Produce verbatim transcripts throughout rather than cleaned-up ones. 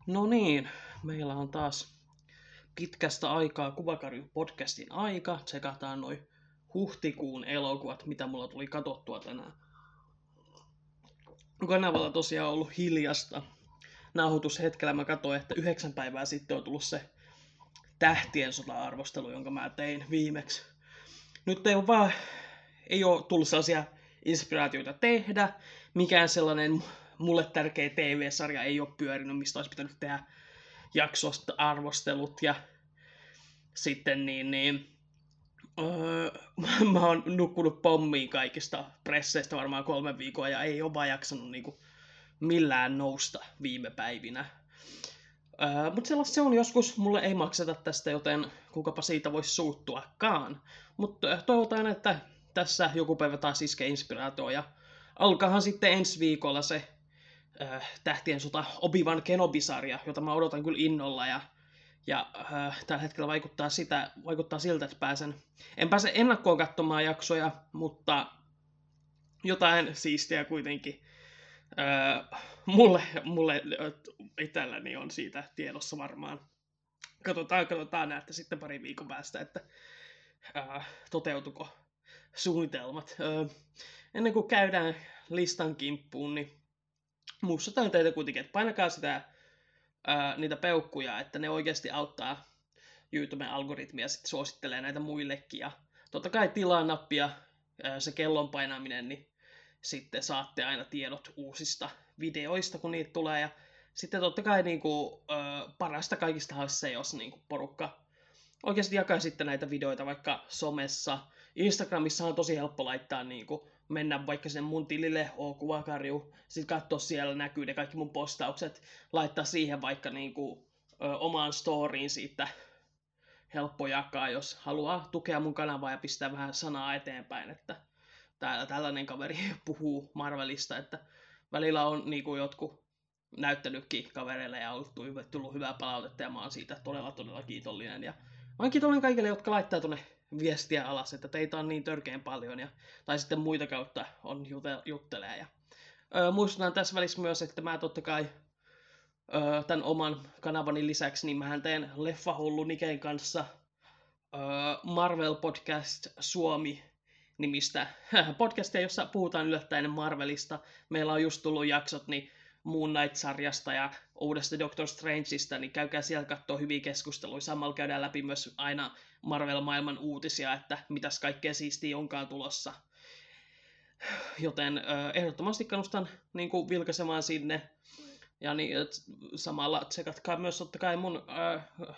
No niin, meillä on taas pitkästä aikaa Kuvakarju podcastin aika. Tsekataan noin huhtikuun elokuvat, mitä mulla tuli katsottua tänään. Kanavalla tosiaan ollut hiljasta. Nauhoitushetkellä mä katsoin, että yhdeksän päivää sitten on tullut se Tähtien sota-arvostelu, jonka mä tein viimeksi. Nyt ei ole vaan, ei ole tullut sellaisia inspiraatioita tehdä. Mikään sellainen mulle tärkeä T V-sarja ei ole pyörinyt, mistä olisi pitänyt tehdä jaksosta arvostelut ja sitten niin, niin öö, mä oon nukkunut pommiin kaikista presseistä varmaan kolme viikkoa ja ei ole vaan jaksanut niinku millään nousta viime päivinä. Öö, Mutta sellaista se on joskus, mulle ei makseta tästä, joten kukapa siitä voisi suuttuakaan. Mutta toivotaan, että tässä joku päivä taas iskee inspiraatio ja alkaahan sitten ensi viikolla se äh, Tähtien sota Obi-Wan Kenobi-sarja, jota mä odotan kyllä innolla ja Ja äh, tällä hetkellä vaikuttaa, sitä, vaikuttaa siltä, että pääsen, en pääse ennakkoon katsomaan jaksoja, mutta jotain siistiä kuitenkin äh, mulle, mulle itselläni on siitä tiedossa varmaan. Katsotaan, katsotaan näette sitten pari viikon päästä, että äh, toteutuko suunnitelmat. Äh, ennen kuin käydään listan kimppuun, niin muistutan teitä kuitenkin, että painakaa sitä Ää, niitä peukkuja, että ne oikeasti auttaa YouTuben algoritmia sitten suosittelee näitä muillekin. Ja totta kai tilaa nappia, ää, se kellon painaminen, niin sitten saatte aina tiedot uusista videoista, kun niitä tulee. Ja sitten totta kai niin kuin, ää, parasta kaikista olisi se, jos niin kuin porukka oikeasti jakaa sitten näitä videoita vaikka somessa. Instagramissa on tosi helppo laittaa niin kuin, mennä vaikka sen mun tilille O-kuvakarju, sitten katsoa siellä näkyy ne kaikki mun postaukset, laittaa siihen vaikka niin kuin, ö, omaan storyin siitä helppo jakaa, jos haluaa tukea mun kanavaa ja pistää vähän sanaa eteenpäin, että täällä tällainen kaveri puhuu Marvelista, että välillä on niin kuin jotkut näyttänytkin kavereille ja on tullut hyvää palautetta ja mä oon siitä todella todella kiitollinen ja mä oon kiitollinen kaikille, jotka laittaa tonne viestiä alas, että teitä on niin törkeän paljon ja, tai sitten muita kautta on jute, juttelee. Ja, ö, muistutan tässä välissä myös, että mä totta kai ö, tämän oman kanavani lisäksi, niin mähän teen Leffahullu Niken kanssa ö, Marvel Podcast Suomi nimistä podcastia, jossa puhutaan yllättäen Marvelista. Meillä on just tullut jaksot niin Moon Knight-sarjasta ja uudesta Doctor Strangeista, niin käykää siellä katsoa hyviä keskusteluja. Samalla käydään läpi myös aina Marvel-maailman uutisia, että mitäs kaikkea siistiä onkaan tulossa. Joten äh, ehdottomasti kannustan niin kuin, vilkaisemaan sinne. Ja niin, samalla tsekatkaa myös totta kai mun äh, äh,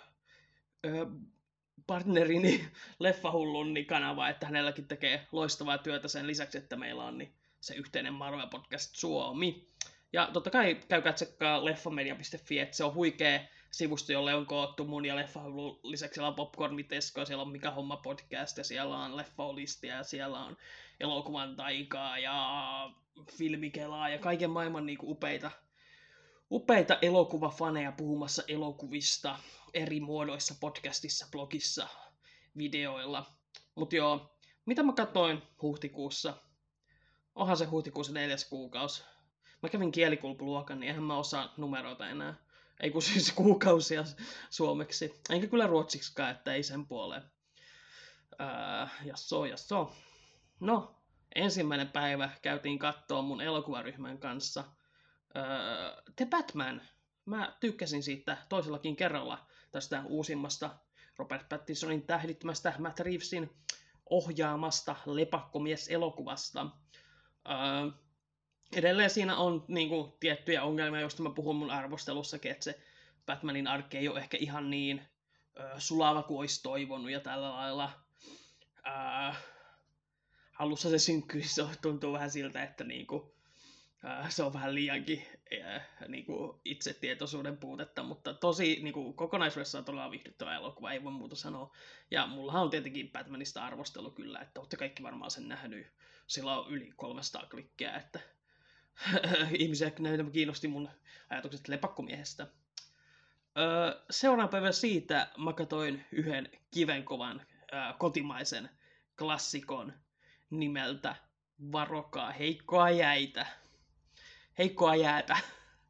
partnerini Leffahullun niin kanava, että hänelläkin tekee loistavaa työtä sen lisäksi, että meillä on niin, se yhteinen Marvel Podcast Suomi. Ja totta kai käykää tsekkaa leffamedia piste fi, että se on huikea sivusto, jolle on koottu mun ja Leffahullun lisäksi. Siellä on Popcorn Mitesko, siellä on Mikä Homma podcast ja siellä on Leffaholistia ja siellä on elokuvan taikaa ja filmikelaa ja kaiken maailman niinku upeita, upeita elokuvafaneja puhumassa elokuvista eri muodoissa, podcastissa, blogissa, videoilla. Mut joo, mitä mä katsoin huhtikuussa? Onhan se huhtikuussa neljäs kuukausi. Mä kävin kielikulkuluokan, niin eihän mä osaa numeroita enää. Ei kun siis kuukausia suomeksi. Enkä kyllä ruotsiksikaan, että ei sen puoleen. Öö, jasso, jasso. No, ensimmäinen päivä käytiin kattoo mun elokuvaryhmän kanssa öö, The Batman. Mä tykkäsin siitä toisellakin kerralla tästä uusimmasta Robert Pattinsonin tähdittämästä Matt Reevesin ohjaamasta lepakkomies-elokuvasta. Öö, Edelleen siinä on niin kuin, tiettyjä ongelmia, joista mä puhun mun arvostelussakin, että se Batmanin arkki ei ole ehkä ihan niin ö, sulava kuin olisi toivonut ja tällä lailla ö, halussa se synkkyys tuntuu vähän siltä, että niin kuin, ö, se on vähän liiankin ö, niin kuin itsetietoisuuden puutetta, mutta tosi niin kuin, kokonaisuudessaan todella viihdyttävä elokuva, ei voi muuta sanoa. Ja mullahan on tietenkin Batmanista arvostelu kyllä, että olette kaikki varmaan sen nähnyt, sillä on yli kolmesataa klikkiä, että ihmisiä näytä kiinnosti mun ajatukset lepakkomiehestä. Öö, seuraavan päivän siitä mä katoin yhden kivenkovan öö, kotimaisen klassikon nimeltä Varokaa heikkoa jäitä. Heikkoa jäätä.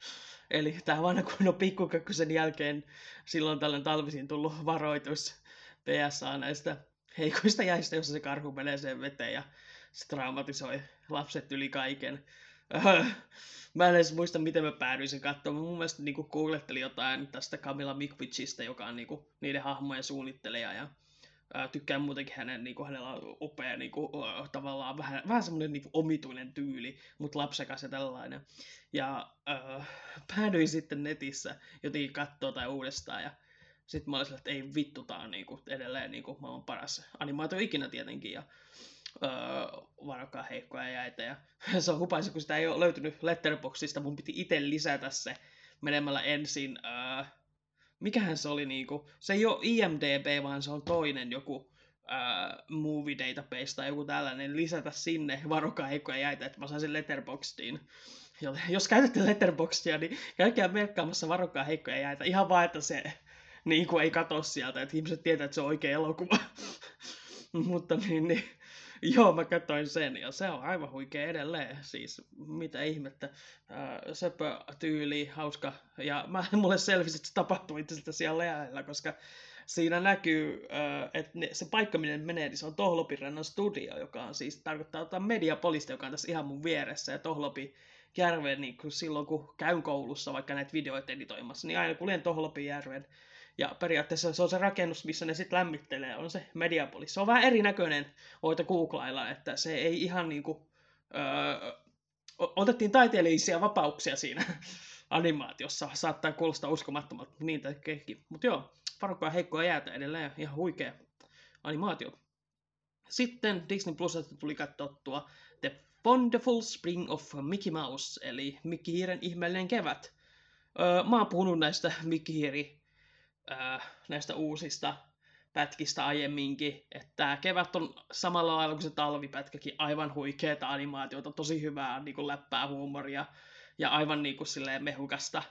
Eli tää vanha kunnon pikkukakkosen jälkeen silloin tällöin talvisin tullut varoitus P S A näistä heikoista jäistä, jossa se karhu menee sen veteen ja se traumatisoi lapset yli kaiken. Öö, Mä en edes muista, miten mä päädyin sen katsomaan. Mun mielestä niinku googlettelin jotain tästä Camilla Mikvicista, joka on niinku niiden hahmojen suunnittelija. Ja ää, tykkään muutenkin hänen, niinku, hänellä on upea niinku, ää, tavallaan vähän, vähän semmoinen niinku omituinen tyyli, mutta lapsekas ja tällainen. Ja ää, päädyin sitten netissä jotenkin katsoa tai uudestaan. Ja sitten mä olin sillä, että ei vittu, tää on niinku, edelleen niinku, maailman paras animaatio ikinä tietenkin. Ja öö, varokaa heikkoja jäitä. Ja se on hupaisa, kun sitä ei ole löytynyt Letterboxdista, mun piti itse lisätä se menemällä ensin. Öö, mikähän se oli niinku, se ei ole I M D B, vaan se on toinen joku öö, movie database tai joku tällainen, lisätä sinne varokaa heikkoja jäitä, että mä saan sen Letterboxdiin. Jos käytätte Letterboxdia, niin käykää merkkaamassa varokaa heikkoja jäitä, ihan vaan, että se niin kuin ei katso sieltä, että ihmiset tietää, että se on oikea elokuva. Mutta niin, niin joo, mä katsoin sen ja se on aivan huikea edelleen. Siis mitä ihmettä. Ää, söpö tyyli, hauska. Ja mä, mulle selvisi, että se tapahtuu itse asiassa siellä lähellä, koska siinä näkyy, ää, että ne, se paikka, minne menee, niin se on Tohlopirannan studio, joka on siis, tarkoittaa jotain Mediapolista, joka on tässä ihan mun vieressä. Ja Tohlopi järven, niin kun silloin kun käyn koulussa vaikka näitä videoita editoimassa, niin aina kuljen Tohlopin järven. Ja periaatteessa se on se rakennus, missä ne sitten lämmittelee, on se Mediapolis. Se on vähän erinäköinen, voitte googlailla, että se ei ihan niinku, öö, otettiin taiteellisia vapauksia siinä animaatiossa. Saattaa kuulostaa uskomattomalta, mutta niin tekeekin. Mutta joo, varokaa heikkoa jäätä edelleen, ihan huikea animaatio. Sitten Disney Plusasta tuli katsottua The Wonderful Spring of Mickey Mouse, eli Mikki Hiiren ihmeellinen kevät. Öö, mä oon puhunut näistä Mikki Hiiri Äh, näistä uusista pätkistä aiemminkin, että tämä kevät on samalla lailla kuin se talvipätkäkin aivan huikeeta animaatiota, tosi hyvää niin kuin läppää huumoria ja aivan niin kuin silleen mehukasta.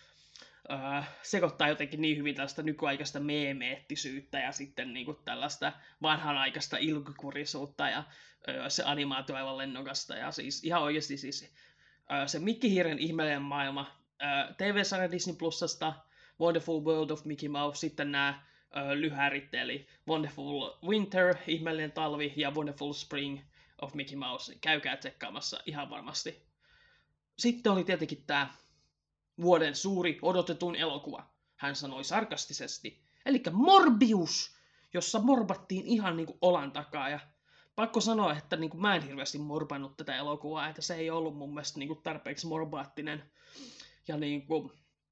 Äh, sekoittaa jotenkin niin hyvin tällaista nykyaikaista meemeettisyyttä ja sitten niin kuin tällaista vanhanaikaista ilkikurisuutta ja äh, se animaatio aivan lennokasta ja siis ihan oikeasti siis äh, se Mikki Hiiren ihmeellinen maailma äh, T V-sarja Disney Plusasta, Wonderful World of Mickey Mouse, sitten nämä ö, lyhärit, eli Wonderful Winter, ihmeellinen talvi, ja Wonderful Spring of Mickey Mouse. Käykää tsekkaamassa ihan varmasti. Sitten oli tietenkin tämä vuoden suuri odotetun elokuva, hän sanoi sarkastisesti. Eli Morbius, jossa morbattiin ihan niinku olan takaa. Ja pakko sanoa, että niinku mä en hirveästi morbannut tätä elokuvaa, että se ei ollut mun mielestä niinku tarpeeksi morbaattinen. Ja niinku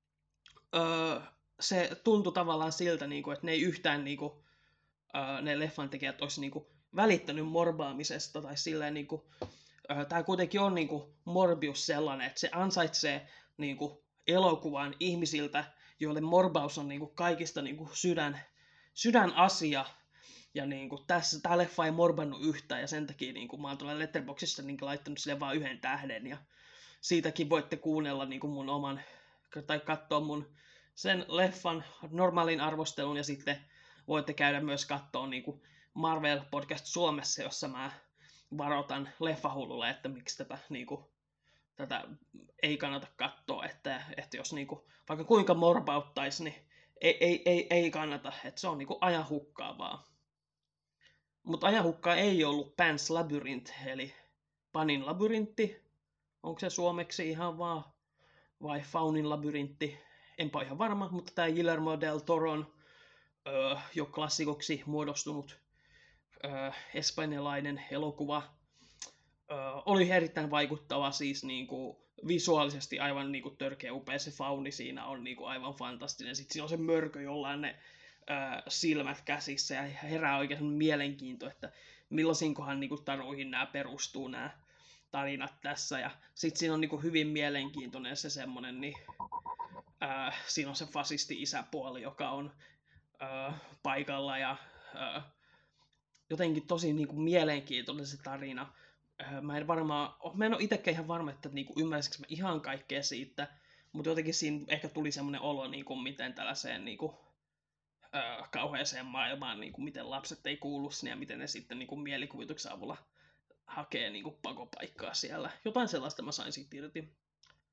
Öö, se tuntui tavallaan siltä, niinku, että ne ei yhtään niinku, öö, ne leffan tekijät olisi niinku, välittänyt morbaamisesta tai silleen niinku, öö, tämä kuitenkin on niinku, Morbius sellainen, että se ansaitsee niinku, elokuvan ihmisiltä, joille morbaus on niinku, kaikista niinku, sydän, sydänasia. Ja niinku, tässä tämä leffa ei morbannut yhtään ja sen takia niinku, mä oon tuolla Letterboxdissa niinku, laittanut sille vaan yhden tähden ja siitäkin voitte kuunnella niinku, mun oman tai katsoa mun sen leffan normaalin arvostelun ja sitten voitte käydä myös katsoa niin kuin Marvel Podcast Suomessa, jossa mä varoitan leffahullulle, että miksi tätä, niin kuin, tätä ei kannata katsoa, että, että jos niin kuin, vaikka kuinka morbauttaisi, niin ei, ei, ei, ei kannata, että se on niin kuin ajan hukkaavaa. Mutta ajan hukkaa ei ollut Pan's Labyrinth, eli Panin labyrintti, onko se suomeksi ihan vaan vai Faunin labyrintti, enpä ihan varma, mutta tämä Guillermo del Toron öö, jo klassikoksi muodostunut öö, espanjalainen elokuva öö, oli erittäin vaikuttava, siis niinku, visuaalisesti aivan niinku, törkeä upea, se fauni siinä on niinku, aivan fantastinen, sitten siinä on se mörkö, jolla on ne öö, silmät käsissä ja herää oikein mielenkiinto, että millaisinkohan niinku, taruihin nämä perustuu nämä tarinat tässä, ja sitten siinä on niinku hyvin mielenkiintoinen se semmonen, niin ää, siinä on se fasisti-isäpuoli, joka on ää, paikalla, ja ää, jotenkin tosi niinku mielenkiintoinen se tarina. Ää, mä en varmaan, mä en ole itsekään ihan varma, että niinku ymmärsikö mä ihan kaikkea siitä, mutta jotenkin siinä ehkä tuli semmoinen olo, niinku, miten tällaiseen niinku, ää, kauheeseen maailmaan, niinku, miten lapset ei kuulu sinne, ja miten ne sitten niinku, mielikuvituksen avulla hakee niinku pakopaikkaa siellä. Jotain sellaista mä sain siitä irti.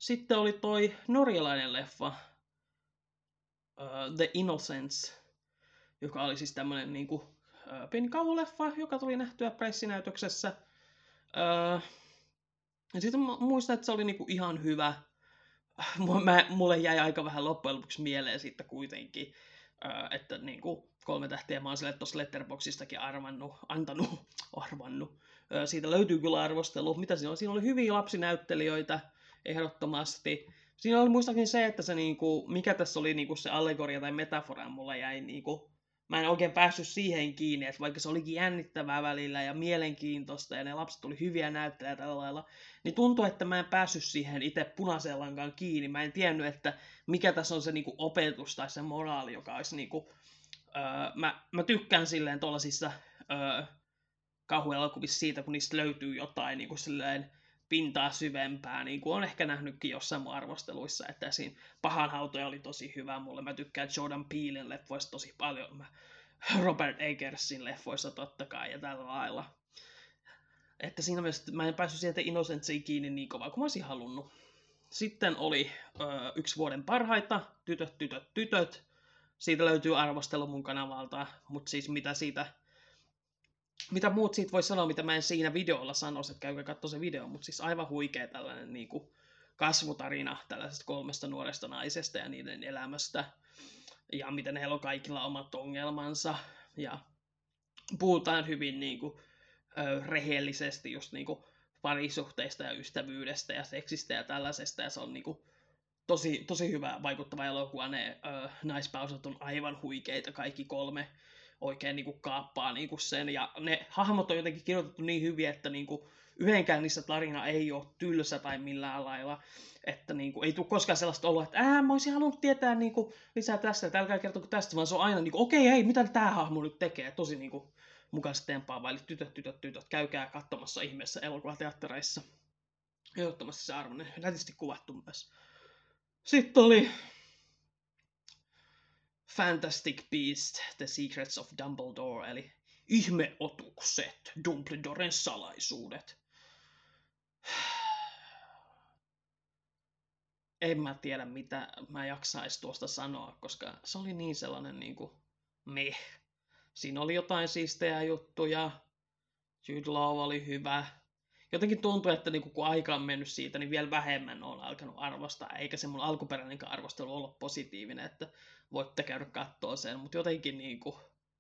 Sitten oli toi norjalainen leffa, uh, The Innocents, joka oli siis tämmönen niinku uh, pieni kauhuleffa, joka tuli nähtyä pressinäytöksessä. Uh, ja sitten muistan, että se oli niinku ihan hyvä. Mä, mulle jäi aika vähän loppujen lopuksi mieleen siitä kuitenkin, uh, että niinku kolme tähtiä mä oon sille tuossa Letterboxistakin arvannut, antanut, arvannut. Uh, siitä löytyy kyllä arvostelu. Mitä siinä oli? Siinä oli hyviä lapsinäyttelijöitä, ehdottomasti. Siinä oli muistaakseni se, että se niinku, mikä tässä oli niinku se allegoria tai metafora, mulla jäi niinku, mä en oikein päässyt siihen kiinni, että vaikka se olikin jännittävää välillä ja mielenkiintoista ja ne lapset oli hyviä näyttelijä tällä lailla, niin tuntui, että mä en päässyt siihen itse punaisen lankaan kiinni. Mä en tiennyt, että mikä tässä on se niinku opetus tai se moraali, joka olisi niinku, öö, mä, mä tykkään silleen tollasissa öö, kauhuelokuvissa siitä, kun niistä löytyy jotain niinku silleen pintaa syvempää, niin kuin on ehkä nähnytkin jossain mun arvosteluissa, että siinä Pahan hautoja oli tosi hyvä mulle. Mä tykkään Jordan Peelen leffoista tosi paljon. Mä Robert Eggersin leffoista totta kai ja tällä lailla. Että siinä mielessä mä en päässyt sieltä Innocentsiin kiinni niin kovaa kuin mä olisin halunnut. Sitten oli ö, yksi vuoden parhaita, tytöt, tytöt, tytöt. Siitä löytyy arvostelu mun kanavalta, mutta siis mitä siitä mitä muut siitä voi sanoa, mitä mä en siinä videolla sanoisi, että käykää katsoa se video, mutta siis aivan huikea tällainen niin kuin kasvutarina tällaisesta kolmesta nuoresta naisesta ja niiden elämästä, ja miten heillä on kaikilla omat ongelmansa, ja puhutaan hyvin niin kuin, ö, rehellisesti just niin kuin parisuhteista ja ystävyydestä ja seksistä ja tällaisesta, ja se on niin kuin tosi, tosi hyvä vaikuttava elokuva, ne ö, naispausat on aivan huikeita, kaikki kolme oikein niinku kaappaa niinku sen, ja ne hahmot on jotenkin kirjoitettu niin hyvin, että niinku yhdenkään niissä tarina ei ole tylsä tai millään lailla, että niinku ei tule koskaan sellaista oloa, että ää, mä olisin halunnut tietää niinku lisää tästä, että älkää kertoko tästä, vaan se on aina niinku, okei, hei, mitä tää hahmo nyt tekee, tosi niinku mukaisesti tempaava, eli tytöt, tytöt, tytöt, käykää katsomassa ihmeessä elokuvateattereissa. Ehdottomasti se arvoinen, nätisti kuvattu myös. Sitten oli Fantastic Beasts, The Secrets of Dumbledore, eli ihmeotukset, Dumbledoren salaisuudet. En mä tiedä, mitä mä jaksais tuosta sanoa, koska se oli niin sellainen niinku meh. Siinä oli jotain siistejä juttuja, Jude Law oli hyvä. Jotenkin tuntui, että niinku, kun aika on mennyt siitä, niin vielä vähemmän on alkanut arvostaa, eikä se mun alkuperäinen arvostelu ollut positiivinen, että voitte käydä katsoa sen, mutta jotenkin niinku,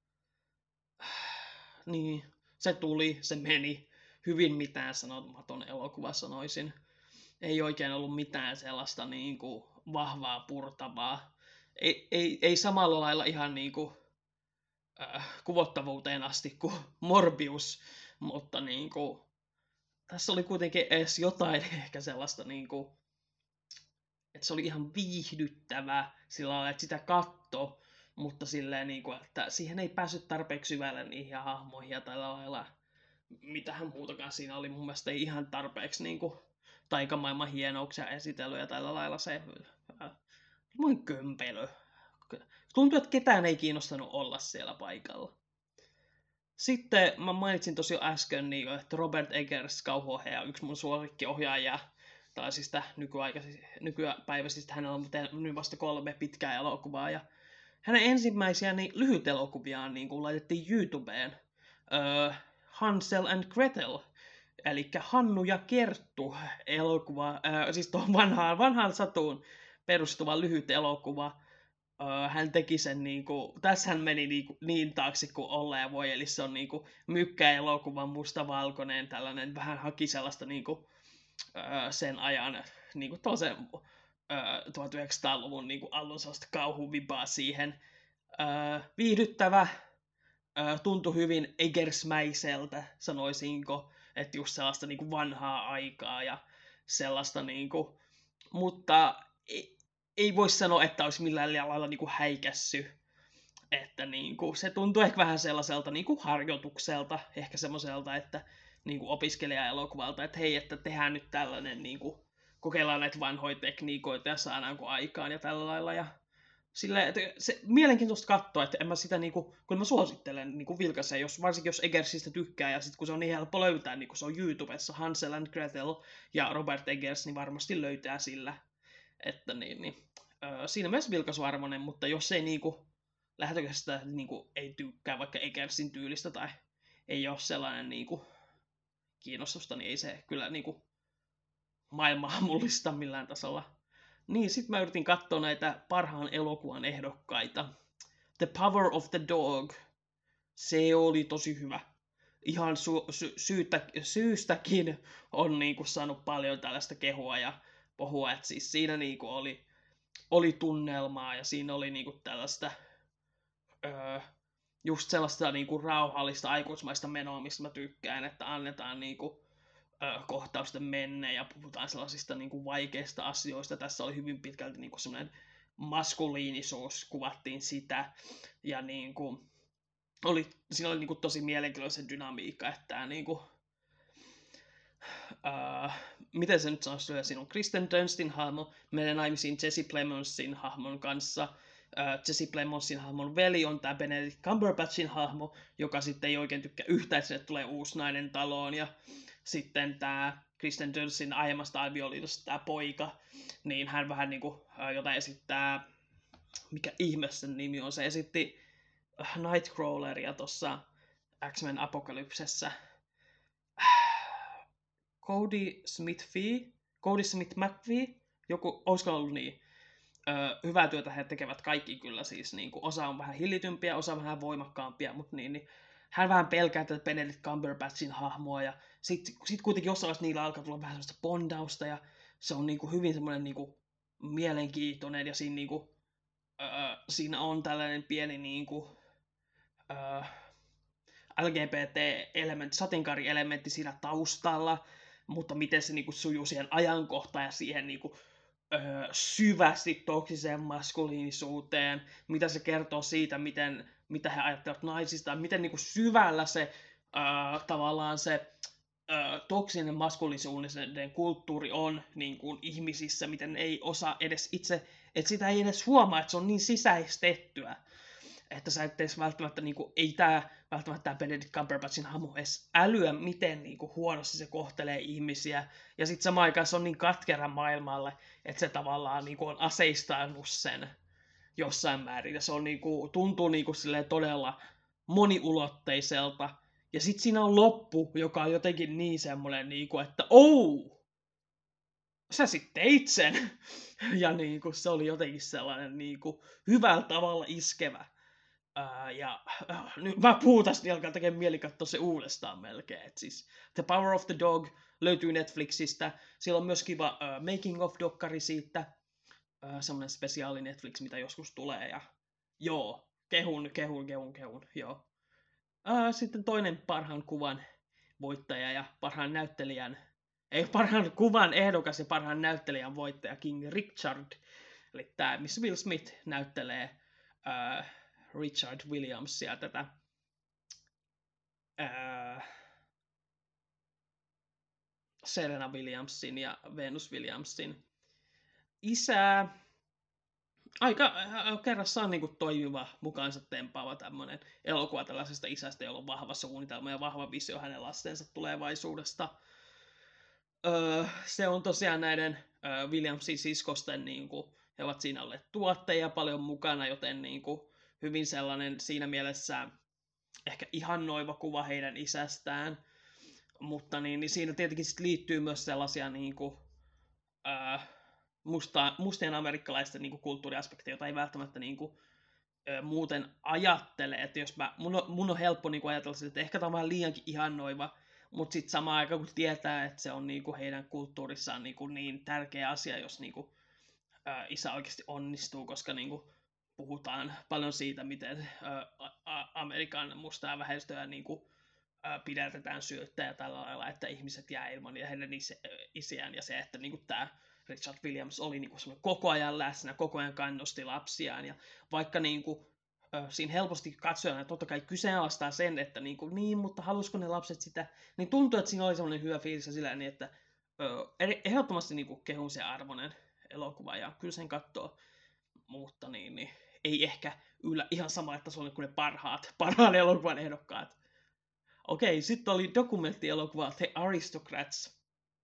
niin, se tuli, se meni, hyvin mitään sanomaton elokuva sanoisin. Ei oikein ollut mitään sellaista niinku vahvaa purtavaa. Ei, ei, ei samalla lailla ihan niinku äh, kuvottavuuteen asti kuin Morbius, mutta niinku tässä oli kuitenkin edes jotain ehkä sellaista, niin kuin, että se oli ihan viihdyttävä sillä lailla, että sitä katto, mutta silleen, niin kuin, että siihen ei päässyt tarpeeksi syvälle niihin hahmoihin ja tällä lailla. Mitähän muutakaan siinä oli, mun mielestä ei ihan tarpeeksi niin kuin, taikamaailman hienouksia esitellyt ja tällä lailla se äh, mun kömpelö. Tuntuu, että ketään ei kiinnostanut olla siellä paikalla. Sitten mä mainitsin tosi jo äsken, niin, että Robert Eggers, kauhuohjaaja, yksi mun suosikkiohjaajia, tällaisista nykypäiväisistä, hänellä on tehnyt vasta kolme pitkää elokuvaa, ja hänen ensimmäisiä niin, lyhyt elokuviaan niin kun laitettiin YouTubeen, öö, Hansel and Gretel, eli Hannu ja Kerttu elokuva, öö, siis tuohon vanhaan, vanhaan satuun perustuva lyhyt elokuva. Uh, hän teki sen niinku, tässä hän meni niinku, niin taakse kuin olla ja voi, eli se on niinku mykkäelokuva, mustavalkoinen, tällainen, vähän haki sellaista niinku, uh, sen ajan, niinku toisen uh, tuhatyhdeksänsataaluvun niinku alun sellaista kauhuvipaa siihen. Uh, viihdyttävä, uh, tuntui hyvin Eggersmäiseltä, sanoisinko, että just sellaista niinku vanhaa aikaa ja sellaista niinku, mutta ei voi sanoa, että olisi millään lailla niin kuin häikässy. Että niin kuin, se tuntuu ehkä vähän sellaiselta niin kuin harjoitukselta, ehkä semmoiselta, että niin kuin opiskelijaelokuvalta, että hei, että tehdään nyt tällainen, niin kuin, kokeillaan näitä vanhoja tekniikoita ja saadaanko aikaan ja tällä lailla. Ja Sille, että se mielenkiintoista katsoa, että en mä sitä niinku, kun mä suosittelen niinku vilkaisee, jos, varsinkin jos Eggersistä tykkää, ja sitten kun se on niin helppo löytää, niin kun se on YouTubessa, Hansel and Gretel ja Robert Eggers, niin varmasti löytää sillä, että niin, niin. Öö, siinä mielessä vilkaisuarvoinen, mutta jos ei niinku lähtökohtaisesti niinku ei tykkää vaikka Eggersin tyylistä tai ei ole sellainen niinku kiinnostusta, niin ei se kyllä niinku maailmaa mullista millään tasolla. Niin, sit mä yritin katsoa näitä parhaan elokuvan ehdokkaita. The Power of the Dog. Se oli tosi hyvä. Ihan su- sy- syyttä- syystäkin on niinku saanut paljon tällaista kehua ja pohua, että siis siinä niinku oli, oli tunnelmaa ja siinä oli niinku tällaista öö, just sellaista niinku rauhallista aikuismaista menoa, mistä mä tykkään, että annetaan niinku kohtausten menne ja puhutaan sellaisista niin kuin vaikeista asioista. Tässä oli hyvin pitkälti niin kuin semmoinen maskuliinisuus, kuvattiin sitä, ja niin kuin, oli, siinä oli niin kuin tosi mielenkiintoinen dynamiikka, että tämä niin kuin, uh, miten se nyt sanoisi, siinä on Kristen Dunstin hahmo, menee naimisiin Jesse Plemmonsin hahmon kanssa. Uh, Jesse Plemmonsin hahmon veli on tämä Benedict Cumberbatchin hahmo, joka sitten ei oikein tykkää yhtään, että tulee uusi nainen taloon, ja sitten tämä Kristen Dunstin aiemmasta avioliitosta tämä poika, niin hän vähän niin kuin, jota esittää, mikä ihme sen nimi on, se esitti Nightcrawleria tuossa X-Men Apokalypsessä. Cody Smith-Fee, Cody Smith-McPhee, joku, olisiko ollut niin, öö, hyvää työtä he tekevät kaikki kyllä siis, niin kuin, osa on vähän hillitympiä, osa vähän voimakkaampia, mutta niin, niin hän vähän pelkää tätä Benedict Cumberbatchin hahmoa, ja sitten sit kuitenkin jossain vaiheessa niillä alkaa tulla vähän sellaista bondausta, ja se on niinku hyvin semmoinen niinku mielenkiintoinen, ja siinä, niinku, öö, siinä on tällainen pieni niinku, öö, L G B T-elementti, sateenkaarielementti siinä taustalla, mutta miten se niinku sujuu siihen ajankohtaan ja siihen niinku, öö, syvästi toksiseen maskuliinisuuteen, mitä se kertoo siitä, miten, mitä he ajattelevat naisista, miten niinku syvällä se öö, tavallaan se öö, toksinen maskuliinisuuden kulttuuri on niin kuin ihmisissä, miten ei osaa edes itse, että sitä ei edes huomaa, että se on niin sisäistettyä, että sä et edes välttämättä, niin kuin, ei tää välttämättä tämä Benedict Cumberbatchin hahmo edes älyä, miten niin kuin, huonosti se kohtelee ihmisiä, ja sitten samaan aikaan se on niin katkera maailmalle, että se tavallaan niin kuin, on aseistanut sen jossain määrin, ja se on, niin kuin, tuntuu niin kuin, todella moniulotteiselta, ja sitten siinä on loppu, joka on jotenkin niin semmoinen, niin kuin, että ou, sä sitten teit sen. Ja niin kuin, se oli jotenkin sellainen niin kuin, hyvällä tavalla iskevä. Ää, ja äh, nyt mä puhun tästä, niin alkaa tekemään mieli katsoa se uudestaan melkein. Et siis The Power of the Dog löytyy Netflixistä. Siellä on myös kiva äh, Making of-dokkari siitä. Äh, semmoinen spesiaali Netflix, mitä joskus tulee. Ja joo, kehun, kehun, kehun, kehun, joo. Äh, sitten toinen parhaan kuvan voittaja ja parhaan näyttelijän, ei parhaan kuvan ehdokas ja parhaan näyttelijän voittaja King Richard. Eli tämä, missä Will Smith näyttelee äh, Richard Williamsia, tätä äh, Serena Williamsin ja Venus Williamsin isää. Aika äh, kerrassaan niin kuin toimiva, mukaansa tempaava tämmöinen elokuva tällaisesta isästä, jolla on vahva suunnitelma ja vahva visio hänen lastensa tulevaisuudesta. Öö, se on tosiaan näiden öö, Williamsin siskosten, niin kuin, he ovat siinä olleet tuottajia paljon mukana, joten niin kuin, hyvin sellainen siinä mielessä ehkä ihannoiva kuva heidän isästään. Mutta niin, niin siinä tietenkin sit liittyy myös sellaisia niin kuin, öö, musta, mustien amerikkalaisten niin kuin kulttuuriaspekteja, joita ei välttämättä niin kuin, ö, muuten ajattele. Että jos mä, mun, on, mun on helppo niin kuin ajatella, että ehkä tämä on vähän liiankin ihannoiva, mutta sitten samaan aikaan kun tietää, että se on niin kuin heidän kulttuurissaan niin, kuin niin tärkeä asia, jos niin kuin, ö, isä oikeasti onnistuu, koska niin kuin, puhutaan paljon siitä, miten ö, a, Amerikan mustaa vähestöä niin kuin, ö, pidätetään syöttä ja tällä lailla, että ihmiset jää ilman ja heidän is, isiään, ja se, että niin kuin, tämä Richard Williams oli niin kuin, koko ajan läsnä, koko ajan kannusti lapsiaan, ja vaikka niin kuin, siinä helposti katsojana totta kai kyseenalaistaa sen, että niin, kuin, niin, mutta halusiko ne lapset sitä, niin tuntuu, että siinä oli semmoinen hyvä fiilis sillä niin, että ö, ehdottomasti niin kuin kehun se arvoinen elokuva, ja kyllä sen katsoo, mutta niin, niin ei ehkä yllä ihan samalle tasolle kuin ne parhaat, parhaan elokuvan ehdokkaat. Okei, sitten oli dokumenttielokuva The Aristocrats.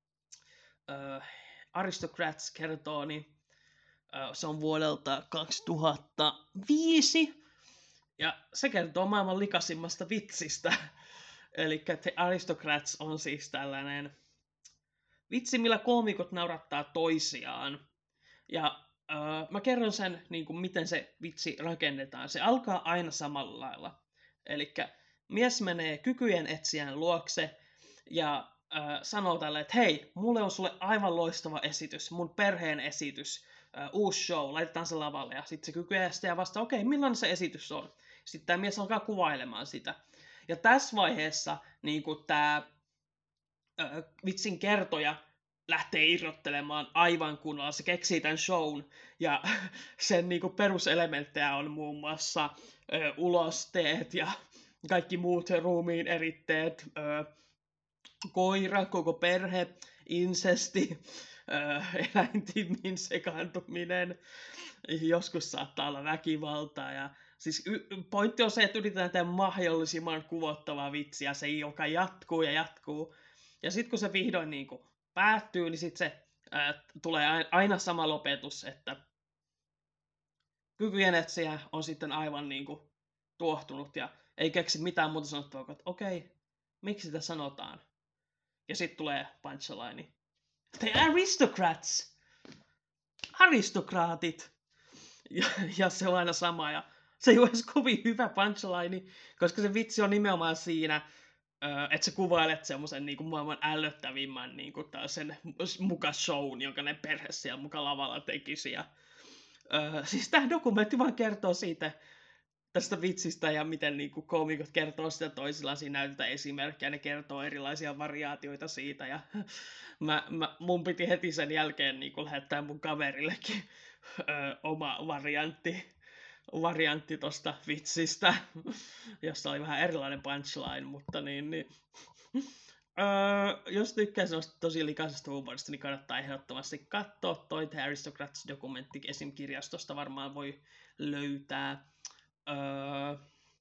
Uh, Aristocrats kertoo, niin uh, se on vuodelta kaksituhattaviisi, ja se kertoo maailman likaisimmasta vitsistä. Eli The Aristocrats on siis tällainen vitsi, millä koomikot naurattaa toisiaan. Ja uh, mä kerron sen, niin kuin, miten se vitsi rakennetaan. Se alkaa aina samalla lailla. Eli mies menee kykyjen etsijän luokse ja uh, sanoo tälle, että hei, mulle on sulle aivan loistava esitys, mun perheen esitys, uh, uusi show, laitetaan se lavalle. Ja sitten se kykyjen etsijä vastaa, okei, okay, millainen se esitys on? Sitten tämä mies alkaa kuvailemaan sitä. Ja tässä vaiheessa niin tämä vitsin kertoja lähtee irrottelemaan aivan kunnolla. Se keksii tämän shown, ja sen niin kuin, peruselementtejä on muun muassa ö, ulosteet ja kaikki muut ruumiin eritteet, ö, koira, koko perhe, insesti, ö, eläintimin sekaantuminen, joskus saattaa olla väkivaltaa. Ja siis y- pointti on se, että yritetään tehdä mahdollisimman kuvottavaa vitsiä, se joka jatkuu ja jatkuu. Ja sitten kun se vihdoin niin kuin päättyy, niin sitten se ää, tulee aina sama lopetus, että kykyjen etsijä on sitten aivan niin kuin tuohtunut ja ei keksi mitään muuta sanottavaa, että okei, okay, miksi sitä sanotaan? Ja sitten tulee punchline. The aristocrats! Aristokraatit! Ja, ja se on aina sama, ja se ei ole edes kovin hyvä punchline, koska se vitsi on nimenomaan siinä, että sä kuvailet semmoisen niin kuin maailman ällöttävimmän niin kuin tällaisen muka shown, jonka ne perhe siellä muka lavalla tekisi. Ja, uh, siis tämä dokumentti vaan kertoo siitä, tästä vitsistä ja miten niin kuin koomikot kertoo sitä toisillaan. Siinä näytetään esimerkkejä, ne kertoo erilaisia variaatioita siitä. Ja mä, mä, mun piti heti sen jälkeen niin kuin lähettää mun kaverillekin uh, oma variantti. variantti tosta vitsistä, jossa oli vähän erilainen punchline, mutta niin, niin. Öö, jos tykkää sellaista tosi likaisesta huumorista, niin kannattaa ehdottomasti katsoa toi The Aristocrats-dokumentti, esim. Kirjastosta varmaan voi löytää. Öö,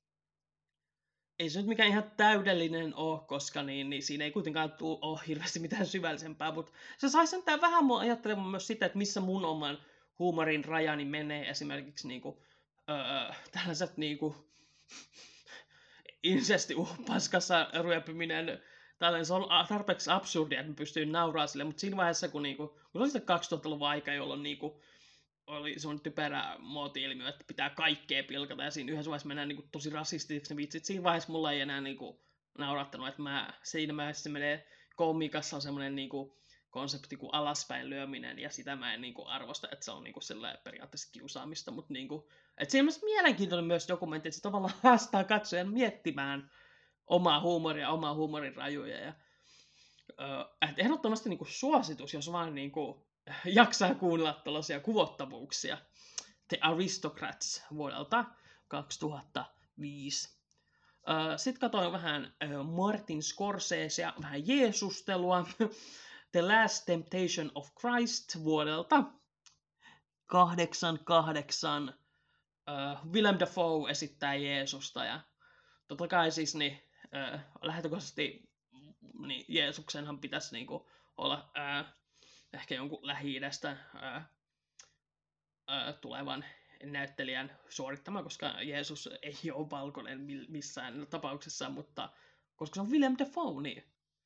ei se nyt mikään ihan täydellinen ole, koska niin, niin siinä ei kuitenkaan ole hirveästi mitään syvällisempää, mutta se sai sentään vähän mua ajattelemaan myös sitä, että missä mun oman huumorin rajani menee esimerkiksi niinku Öö, tällaiset niinku insesti paskassa ryöpyminen, tällainen, se on tarpeeksi absurdia, että mä pystyin nauraa sille, mutta siinä vaiheessa, kun, niinku, kun se oli sitten kaksituhattaluvun aika, jolloin niinku, oli semmoinen typerä muoti-ilmiö, että pitää kaikkea pilkata, ja siinä yhdessä vaiheessa mennään niinku tosi rasistisiksi ne vitsit, siinä vaiheessa mulla ei enää niinku naurattanut, että mä, siinä vaiheessa se menee, koomikassa on semmoinen niinku konsepti kuin alaspäin lyöminen, ja sitä mä en niinku arvosta, että se on niinku periaatteessa kiusaamista, mutta niinku, että siinä on myös mielenkiintoinen myös dokumentti, että se tavallaan haastaa katsojan miettimään omaa huumoria, omaa huumorin rajoja, ja äh, ehdottomasti niinku suositus, jos vaan niinku jaksaa kuunnella tällaisia kuvottavuuksia. The Aristocrats vuodelta kaksituhattaviisi. Äh, Sitten katsoin vähän äh, Martin Scorsesea, vähän Jeesustelua. The Last Temptation of Christ vuodelta kahdeksankymmentäkahdeksan. Uh, Willem Dafoe esittää Jeesusta ja totta kai siis niin, uh, lähtökohtaisesti niin Jeesuksenhan pitäisi niinku olla uh, ehkä jonkun Lähi-idästä uh, uh, tulevan näyttelijän suorittama, koska Jeesus ei ole valkoinen missään tapauksessa, mutta koska se on Willem Dafoe, niin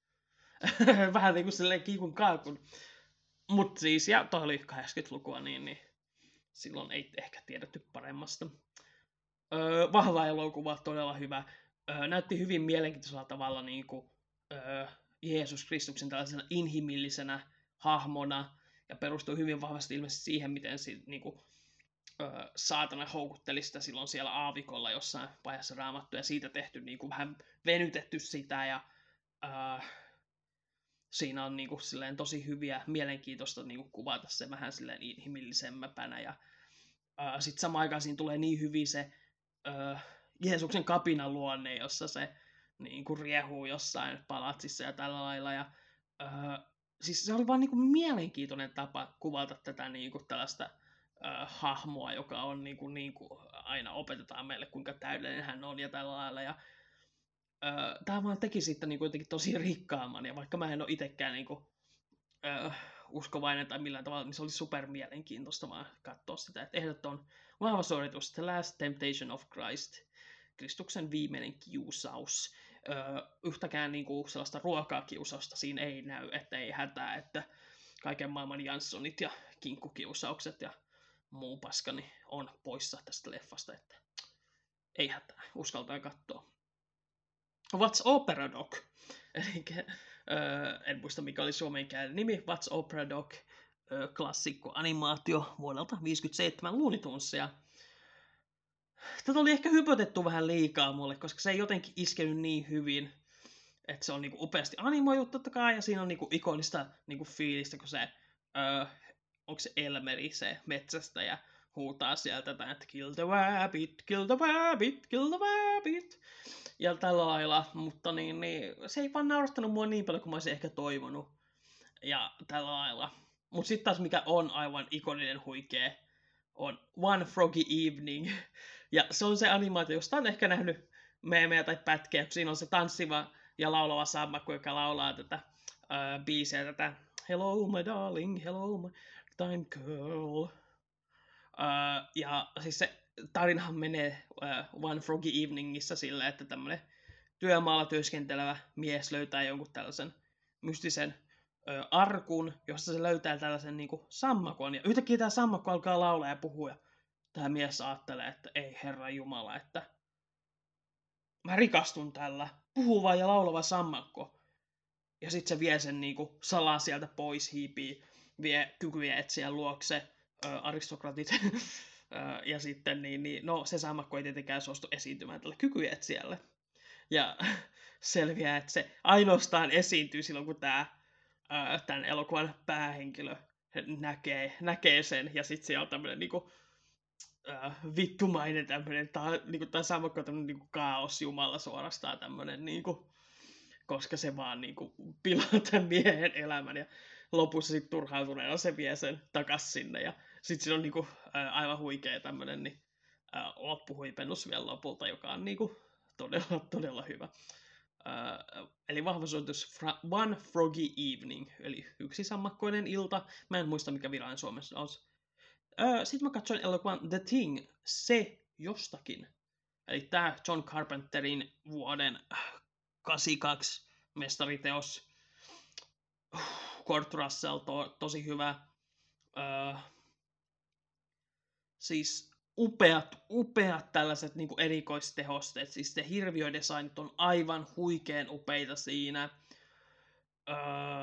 vähän niin kuin silleen kiikun kaakun. Mutta siis, ja toi oli kahdeksankymmentälukua, niin, niin silloin ei ehkä tiedetty paremmasta. Öö, vahva elokuva, todella hyvä. Öö, näytti hyvin mielenkiintoisella tavalla niin kuin, öö, Jeesus Kristuksen tällaisena inhimillisenä hahmona, ja perustui hyvin vahvasti ilmeisesti siihen, miten si, niin kuin, öö, saatana houkutteli sitä silloin siellä aavikolla jossain vaiheessa Raamattu, ja siitä tehty niin kuin, vähän venytetty sitä, ja öö, siinä on niin kuin, silleen, tosi hyviä, mielenkiintoista niin kuin, kuvata se vähän silleen inhimillisempänä, ja öö, sitten samaan aikaan siinä tulee niin hyvin se öö, Jeesuksen kapinan luonne, jossa se niin kuin, riehuu jossain palatsissa ja tällä lailla, ja öö, siis se oli vaan niin kuin, mielenkiintoinen tapa kuvata tätä niin kuin, tällaista äh, hahmoa, joka on niin kuin, niin kuin aina opetetaan meille, kuinka täydellinen hän on ja tällä lailla. Ja, äh, tämä vaan teki sitten niin kuin jotenkin tosi rikkaamman, ja vaikka mä en ole itsekään niin kuin, äh, uskovainen tai millään tavalla, niin se oli super mielenkiintoista vaan katsoa sitä, että ehdoton vahva suoritus, The Last Temptation of Christ, Kristuksen viimeinen kiusaus. Öö, yhtäkään niinku sellaista ruokakiusausta siinä ei näy, että ei hätää, että kaiken maailman Janssonit ja kinkkukiusaukset ja muu paskani on poissa tästä leffasta, että ei hätää, uskaltaa katsoa. What's Opera Dog? Eli öö, en muista mikä oli suomenkielinen nimi, What's Opera Dog, öö, klassikko animaatio vuodelta viisikymmentäseitsemän Looney Tunesia. Tätä oli ehkä hypotettu vähän liikaa mulle, koska se ei jotenkin iskenyt niin hyvin, että se on niinku upeasti animoitu totta kai, ja siinä on niinku ikonista niinku fiilistä, kun se, öö, onko se Elmeri, se metsästäjä, huutaa sieltä, että kill the rabbit, kill the rabbit, kill the rabbit, ja tällä lailla, mutta niin, niin, se ei vaan naurattanut mua niin paljon kuin mä olisin ehkä toivonut, ja tällä lailla. Mutta sitten taas mikä on aivan ikoninen huikea, on One Froggy Evening. Ja se on se animaatio, josta on ehkä nähnyt meemejä tai pätkiä, kun siinä on se tanssiva ja laulava sammakko, joka laulaa tätä uh, biisiä, tätä Hello my darling, hello my time girl. Uh, ja siis se tarinahan menee uh, One Froggy Eveningissa silleen, että tämmönen työmaalla työskentelevä mies löytää jonkun tällaisen mystisen ö, arkun, jossa se löytää tällaisen niin kuin, sammakon. Ja yhtäkkiä tämä sammakko alkaa laulaa ja puhua. Ja tämä mies ajattelee, että ei herra jumala, että mä rikastun tällä puhuva ja laulava sammakko. Ja sitten se vie sen niin kuin, salaa sieltä pois, hiipii, vie kykyjä etsiä luokse, ö, aristokratit. ja sitten niin, niin, no se sammakko ei tietenkään suostu esiintymään tälle kykyjä etsijälle. Ja selviää, että se ainoastaan esiintyy silloin, kun tämä tämän elokuvan päähenkilö näkee, näkee sen, ja sitten siellä on tämmöinen niinku, äh, vittumainen tämmöinen, niinku, tai sammakko tämmöinen niinku, kaosjumala suorastaan tämmöinen, niinku, koska se vaan niinku, pilaa tämän miehen elämän, ja lopussa sitten turhautuneena se vie sen takas sinne, ja sitten siinä on niinku, äh, aivan huikea tämmöinen niin, äh, loppuhuipennus vielä lopulta, joka on niinku, todella, todella hyvä. Uh, eli vahva suositus fra- One Froggy Evening, eli yksi sammakkoinen ilta. Mä en muista, mikä virallinen Suomessa on. Uh, Sitten mä katsoin elokuvan The Thing, se jostakin. Eli tää John Carpenterin vuoden kahdeksankymmentäkaksi mestariteos. Uh, Kurt Russell, to- tosi hyvä. Uh, siis upeat, upeat tällaiset niin kuin erikoistehosteet. Siis ne hirviödesignit on aivan huikean upeita siinä. Öö,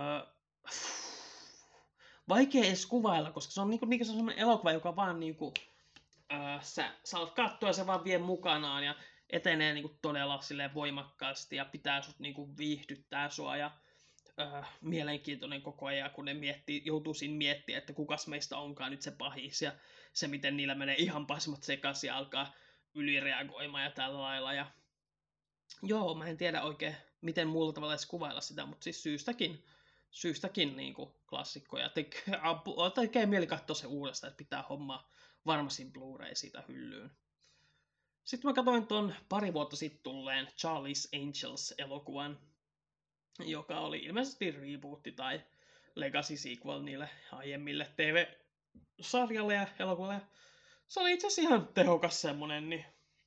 vaikea edes kuvailla, koska se on niinku, niinku sellainen elokuva, joka vaan niinku, öö, sä saat katsoa ja se vaan vie mukanaan ja etenee niinku todella silleen voimakkaasti ja pitää sut niinku viihdyttää sua ja öö, mielenkiintoinen koko ajan, kun ne miettii, joutuu siinä miettimään, että kukas meistä onkaan nyt se pahis ja se, miten niillä menee ihan pasmat sekaisin ja alkaa ylireagoimaan ja tällä lailla. Ja joo, mä en tiedä oikein, miten muulla tavalla edes kuvailla sitä, mutta siis syystäkin, syystäkin niin kuin klassikkoja. Tekee, tekee mieli katsoa se uudestaan, että pitää hommaa varmasti Blu-ray siitä hyllyyn. Sitten mä katsoin ton pari vuotta sitten tulleen Charlie's Angels-elokuvan, joka oli ilmeisesti rebootti tai legacy sequel niille aiemmille T V-sarjalle ja elokuvalle. Se oli itse asiassa ihan tehokas semmonen, niin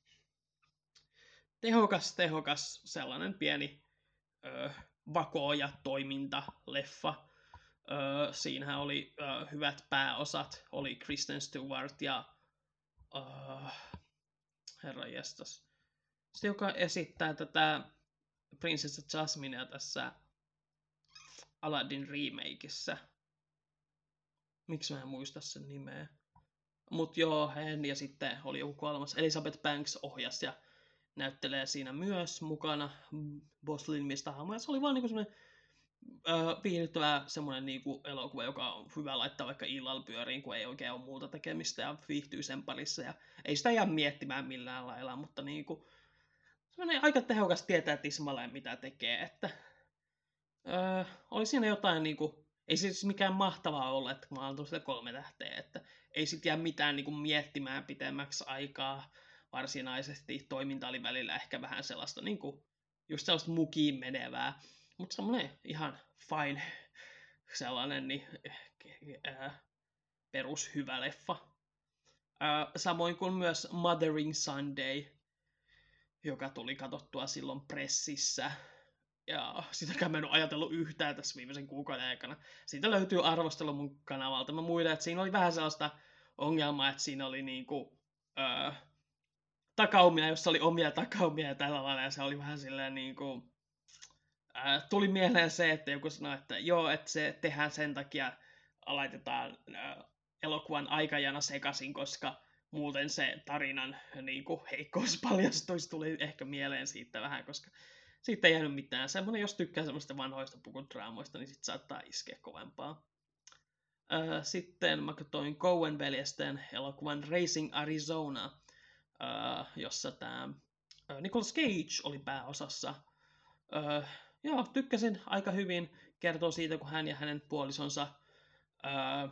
tehokas, tehokas sellainen pieni ö, vakooja toiminta-leffa. Ö, siinähän oli ö, hyvät pääosat, oli Kristen Stewart ja ö, herra jestas. Se, joka esittää tätä Prinsessa Jasminea tässä Aladdin remakeissa. Miksi mä en muista sen nimeä? Mut joo, hän ja sitten oli joku kolmas. Elizabeth Banks ohjasi ja näyttelee siinä myös mukana Boslin mistä hahmoja. Se oli vaan niinku semmoinen öö, viihdyttävä semmoinen niinku elokuva, joka on hyvä laittaa vaikka illalla pyöriin, kun ei oikein ole muuta tekemistä ja viihtyy sen parissa. Ja ei sitä jää miettimään millään lailla, mutta niinku semmoinen aika tehokas tietää tismalleen mitä tekee. Että öö, oli siinä jotain niinku ei se siis mikään mahtavaa olla, että mä oon sitä kolme tähteä, että ei sit jää mitään niin kuin miettimään pitemmäksi aikaa varsinaisesti. Toiminta oli välillä ehkä vähän sellaista niin kuin, just sellaista mukiin menevää, mutta semmoinen ihan fine sellainen niin, äh, perushyvä leffa. Äh, samoin kuin myös Mothering Sunday, joka tuli katsottua silloin pressissä. Ja sitäkään mä en ole ajatellut yhtään tässä viimeisen kuukauden aikana. Siitä löytyy arvostelu mun kanavalta. Mä muistan, että siinä oli vähän sellaista ongelmaa, että siinä oli niinku öö, takaumia, jossa oli omia takaumia ja tällä lailla. Ja se oli vähän silleen niinku... Öö, tuli mieleen se, että joku sanoi, että joo, että se tehdään sen takia, laitetaan öö, elokuvan aikajana sekaisin, koska muuten se tarinan niinku, heikkous paljastuisi. Tuli ehkä mieleen siitä vähän, koska siitä ei jäänyt mitään. Semmoinen, jos tykkää semmoista vanhoista pukudraamoista, niin sit saattaa iskeä kovempaa. Öö, sitten mä katsoin Coen-veljesten elokuvan Racing Arizona, öö, jossa tämä Nicolas Cage oli pääosassa. Öö, joo, tykkäsin aika hyvin. Kertoo siitä, kun hän ja hänen puolisonsa öö,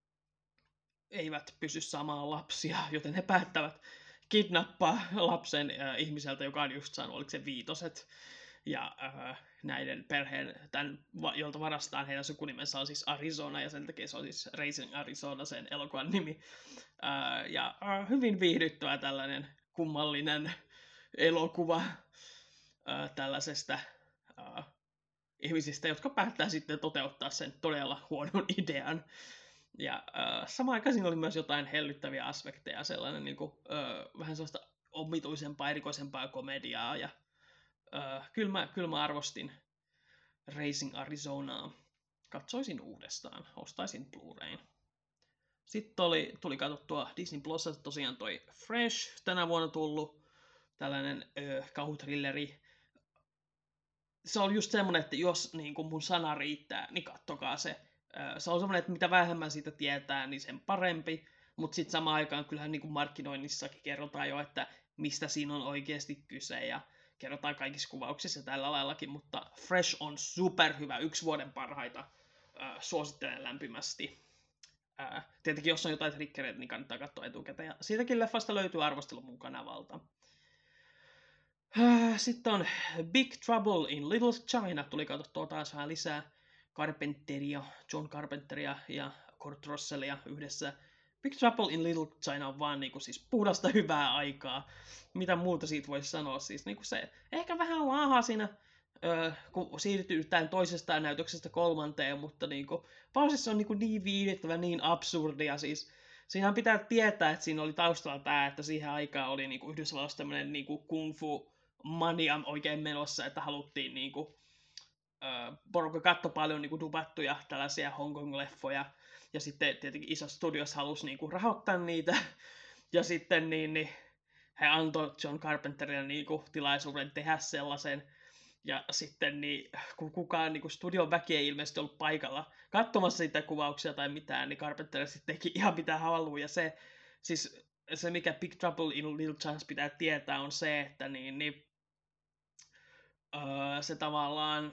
eivät pysy samaa lapsia, joten he päättävät kidnappaa lapsen öö, ihmiseltä, joka on just saanut, oliko se viitoset. Ja äh, näiden perheen, tämän, jolta varastaan heidän sukunimensä on siis Arizona, ja sen takia se on siis Racing Arizona sen elokuvan nimi. Äh, ja äh, hyvin viihdyttävä tällainen kummallinen elokuva äh, tällaisesta äh, ihmisistä, jotka päättää sitten toteuttaa sen todella huonon idean. Ja äh, samaan aikaan siinä oli myös jotain hellyttäviä aspekteja, sellainen niin kuin, äh, vähän sellaista omituisempaa, erikoisempaa komediaa, ja Uh, kyllä, mä, kyllä mä arvostin Racing Arizonaa. Katsoisin uudestaan, ostaisin Blu-rayn. Sitten oli, tuli katsottua Disney Plusasta tosiaan toi Fresh, tänä vuonna tullut tällainen uh, kauhutrilleri. Se on just semmonen, että jos niin kun mun sana riittää, niin kattokaa se. Uh, se on semmonen, että mitä vähemmän siitä tietää, niin sen parempi. Mutta sitten samaan aikaan kyllähän niin kun markkinoinnissakin kerrotaan jo, että mistä siinä on oikeasti kyse. Ja kerrotaan kaikissa kuvauksissa tällä laillakin, mutta Fresh on superhyvä, yksi vuoden parhaita. Äh, suosittelen lämpimästi. Äh, tietenkin jos on jotain triggereitä, niin kannattaa katsoa etukäteen. Ja siitäkin leffasta löytyy arvostelu mun kanavalta. Äh, sitten on Big Trouble in Little China. Tuli katsottua taas vähän lisää Carpenteria, John Carpenteria ja Kurt Russellia yhdessä. Big Trouble in Little China on vaan niinku siis puhdasta hyvää aikaa. Mitä muuta siitä voisi sanoa? Siis niinku se ehkä vähän laahaa siinä, öö, kun siirtyy tämän toisesta näytöksestä kolmanteen, mutta niinku, pausissa on niinku niin viihdyttävä, niin absurdia. Siis, siinähän pitää tietää, että siinä oli taustalla tämä, että siihen aikaan oli niinku Yhdysvalloissa tämmöinen niinku kung fu mania oikein menossa, että haluttiin niinku, öö, porukka katsoi paljon niinku dubattuja tällaisia Hong Kong-leffoja. Ja sitten tietenkin iso studios halusi niinku rahoittaa niitä. Ja sitten niin, niin he antoi John Carpenterille niinku tilaisuuden tehdä sellaisen. Ja sitten niin, kun kukaan niinku studion väki ei ilmeisesti ollut paikalla katsomassa sitä kuvauksia tai mitään, niin Carpenter sitten teki ihan mitä haluaa. Ja se, siis se, mikä Big Trouble in Little China pitää tietää, on se, että niin, niin, öö, se tavallaan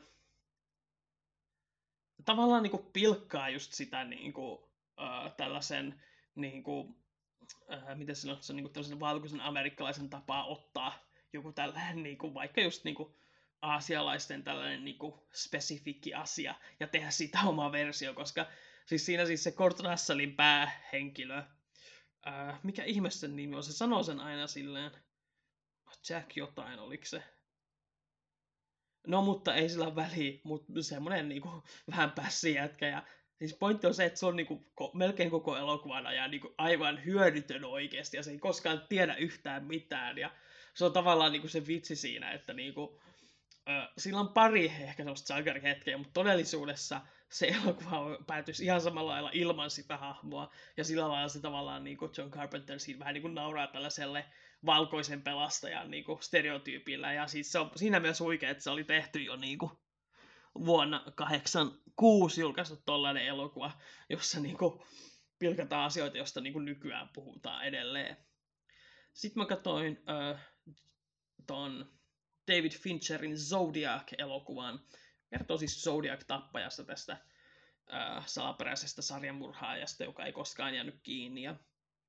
tavallaan niinku pilkkaa just sitä niinku, äh, tällaisen niinku, äh, miten sanotaan, se on niinku tällaisen valkoisen amerikkalaisen tapaa ottaa joku tällainen niinku, vaikka just niinku aasialaisten tällainen niinku spesifikki asia ja tehdä siitä oma versio, koska siis siinä siis se Kurt Russellin päähenkilö, äh, mikä ihme sen nimi on, se sanoo sen aina silleen, Jack jotain, oliko se? No, mutta ei sillä ole väliä, mutta semmoinen niinku, vähän pässijätkä. Ja siis pointti on se, että se on niinku, ko, melkein koko elokuvan ajan niinku, aivan hyödytön oikeasti, ja se ei koskaan tiedä yhtään mitään. Ja se on tavallaan niinku, se vitsi siinä, että niinku, ö, sillä on pari ehkä sellaista salkarihetkeä, mutta todellisuudessa se elokuva päätyisi ihan samalla lailla ilman sitä hahmoa. Ja sillä lailla se tavallaan niinku John Carpenter siinä vähän niinku nauraa tällaiselle valkoisen pelastajan niinku stereotyypillä. Ja siis se on siinä myös huikea, että se oli tehty jo niinku vuonna kahdeksankymmentäkuusi julkaistu tollainen elokuva, jossa niinku pilkataan asioita, joista niinku nykyään puhutaan edelleen. Sitten mä katsoin äh, ton David Fincherin Zodiac-elokuvan. Kertoo siis Zodiac-tappajasta, tästä äh, salaperäisestä sarjamurhaajasta, joka ei koskaan jäänyt kiinni. Ja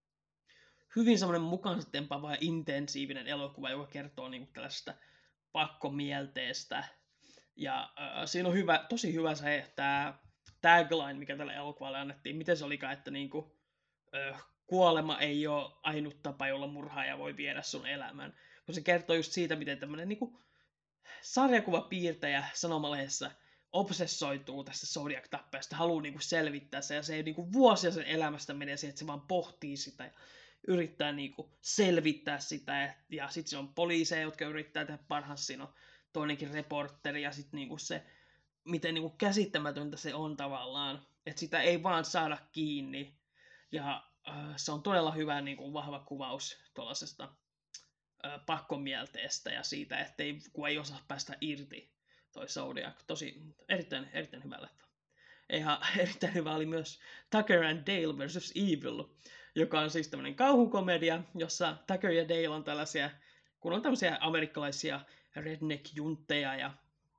hyvin semmoinen mukaansa tempaava ja intensiivinen elokuva, joka kertoo niin kuin tällaista pakkomielteestä. Ja äh, siinä on hyvä, tosi hyvä se tämä tagline, mikä tälle elokuvalle annettiin. Miten se olikaan, että niin kuin, äh, kuolema ei ole ainut tapa, jolla murhaaja voi viedä sun elämän. Kun se kertoo just siitä, miten tämmöinen niin kuin sarjakuvapiirtäjä sanomalehdessä obsessoituu tästä Zodiac-tappeesta, haluaa niinku selvittää se, ja se ei niinku vuosia sen elämästä menee siihen, että se vaan pohtii sitä ja yrittää niinku selvittää sitä, ja sitten se on poliiseja, jotka yrittää tehdä parhaansa, siinä on toinenkin reporteri, ja sitten niinku se, miten niinku käsittämätöntä se on tavallaan, että sitä ei vaan saada kiinni, ja äh, se on todella hyvä niinku vahva kuvaus tuollaisesta pakkomielteestä ja siitä, että ei, kun ei osaa päästä irti toi Zodiac. Tosi erittäin, erittäin hyvä leffa. Ihan erittäin hyvä oli myös Tucker and Dale versus Evil, joka on siis tämmöinen kauhukomedia, jossa Tucker ja Dale on tällaisia, kun on tämmöisiä amerikkalaisia redneck-juntteja ja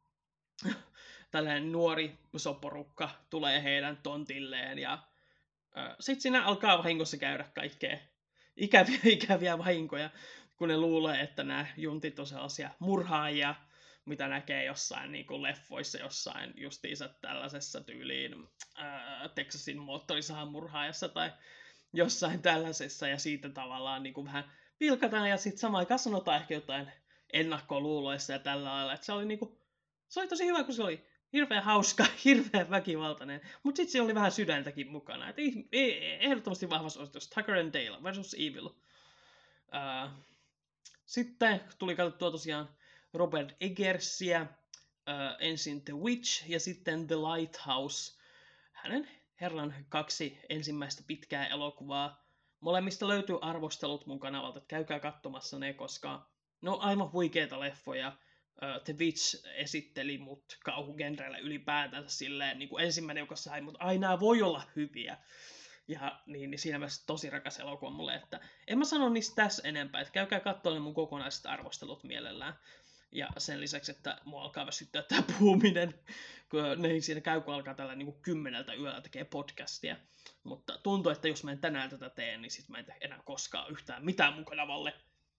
tällainen nuori soporukka tulee heidän tontilleen ja äh, sitten siinä alkaa vahingossa käydä kaikkea ikäviä, ikäviä vahinkoja, kun ne luulee, että nämä juntit on sellaisia murhaajia, mitä näkee jossain niin kuin leffoissa, jossain justiinsa tällaisessa tyyliin ää, Texasin moottorisahan murhaajassa tai jossain tällaisessa, ja siitä tavallaan niin kuin vähän pilkataan, ja sitten samaan aikaan sanotaan ehkä jotain ennakkoluuloissa ja tällä lailla, että se oli, niin kuin, se oli tosi hyvä, kun se oli hirveän hauska, hirveän väkivaltainen, mutta sitten se oli vähän sydäntäkin mukana, että ehdottomasti vahva suositus, Tucker and Dale versus Evil. Uh, Sitten tuli katsottua tosiaan Robert Eggersia, uh, ensin The Witch ja sitten The Lighthouse. Hänen herran kaksi ensimmäistä pitkää elokuvaa. Molemmista löytyy arvostelut mun kanavalta, että käykää katsomassa ne, koska ne on aivan huikeita leffoja. Uh, The Witch esitteli mut kauhugenreillä ylipäätänsä silleen, niin kuin ensimmäinen, joka sai, mutta aina voi olla hyviä. Ja niin, niin siinä mielessä tosi rakas elokuva mulle, että en mä sano niistä tässä enempää, että käykää katsoa ne mun kokonaiset arvostelut mielellään. Ja sen lisäksi, että mua alkaa väsyttää tää puhuminen, kun ne siinä käy, kun alkaa tällä niin kuin kymmeneltä yöllä tekee podcastia. Mutta tuntuu, että jos mä en tänään tätä tee, niin sit mä en tee enää koskaan yhtään mitään mun kanavalle.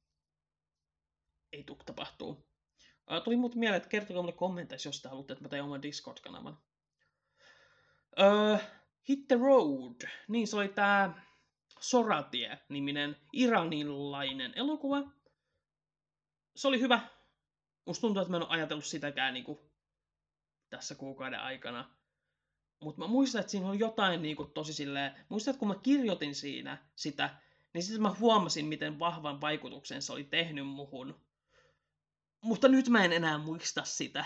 Ei tuu tapahtuu. Tuli muuten mieleen, että kertokaa mulle kommenteissa, jos te haluatte, että mä teen oman Discord-kanavan. Öö... Hit the Road, niin se oli tää Soratie-niminen iranilainen elokuva. Se oli hyvä. Musta tuntuu, että mä en ole ajatellut sitäkään niinku tässä kuukauden aikana. Mutta mä muistan, että siinä oli jotain niinku tosi silleen, muistan, että kun mä kirjoitin siinä sitä, niin sitten mä huomasin, miten vahvan vaikutuksen se oli tehnyt muhun. Mutta nyt mä en enää muista sitä.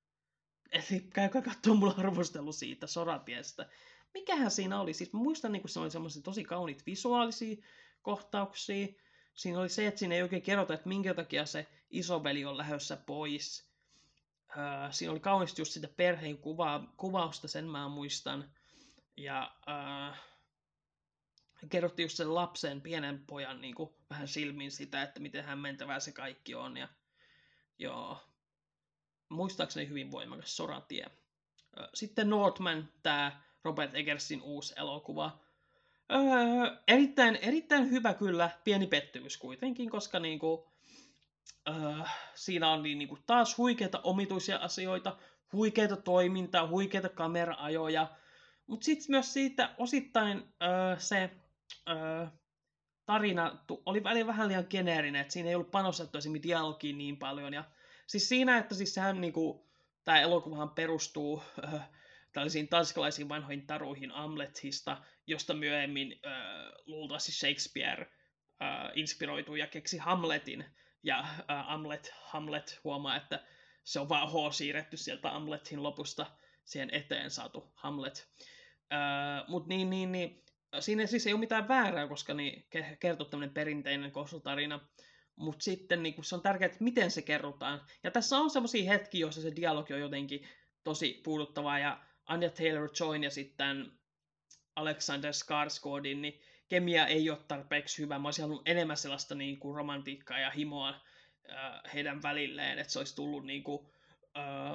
Eli käykää katsoa mulla arvostelu siitä Soratiesta. Mikähän siinä oli? Siis mä muistan, niin kun se oli semmoisia tosi kauniit visuaalisia kohtauksia. Siinä oli se, että siinä ei oikein kerrota, että minkä takia se isoveli on lähdössä pois. Öö, siinä oli kauniisti just sitä perheen kuva- kuvausta, sen mä muistan. Ja öö, kerrottiin just sen lapsen, pienen pojan niin kuin vähän silmin sitä, että miten hämmentävää se kaikki on. Ja joo, muistaakseni hyvin voimakas Soratie. Öö, sitten Northman, tää Robert Eggersin uusi elokuva. Öö, erittäin, erittäin hyvä kyllä, pieni pettymys kuitenkin, koska niinku, öö, siinä on niin, niinku taas huikeita omituisia asioita, huikeita toimintaa, huikeita kamera-ajoja, mutta sitten myös siitä osittain öö, se öö, tarina oli välillä vähän liian geneerinen, että siinä ei ollut panostettu esimerkiksi dialogiin niin paljon. Ja siis siinä, että siis sehän niinku, tämä elokuvahan perustuu öö, tällaisiin tanskalaisiin vanhoihin taruihin Hamletista, josta myöhemmin äh, luultavasti Shakespeare äh, inspiroitui ja keksi Hamletin. Ja äh, Hamlet, Hamlet huomaa, että se on vaan H siirretty sieltä Hamletin lopusta siihen eteen saatu Hamlet. Äh, Mutta niin, niin, niin, siinä siis ei ole mitään väärää, koska niin kertoo tämmöinen perinteinen kostotarina. Mutta sitten niin se on tärkeää, että miten se kerrotaan. Ja tässä on semmoisia hetkiä, joissa se dialogi on jotenkin tosi puuduttavaa ja Anya Taylor-Joyn ja sitten Alexander Skarsgårdin, niin kemia ei ole tarpeeksi hyvä. Mä olisin halunnut enemmän sellaista niin kuin romantiikkaa ja himoa äh, heidän välilleen, että se olisi tullut niin kuin, äh,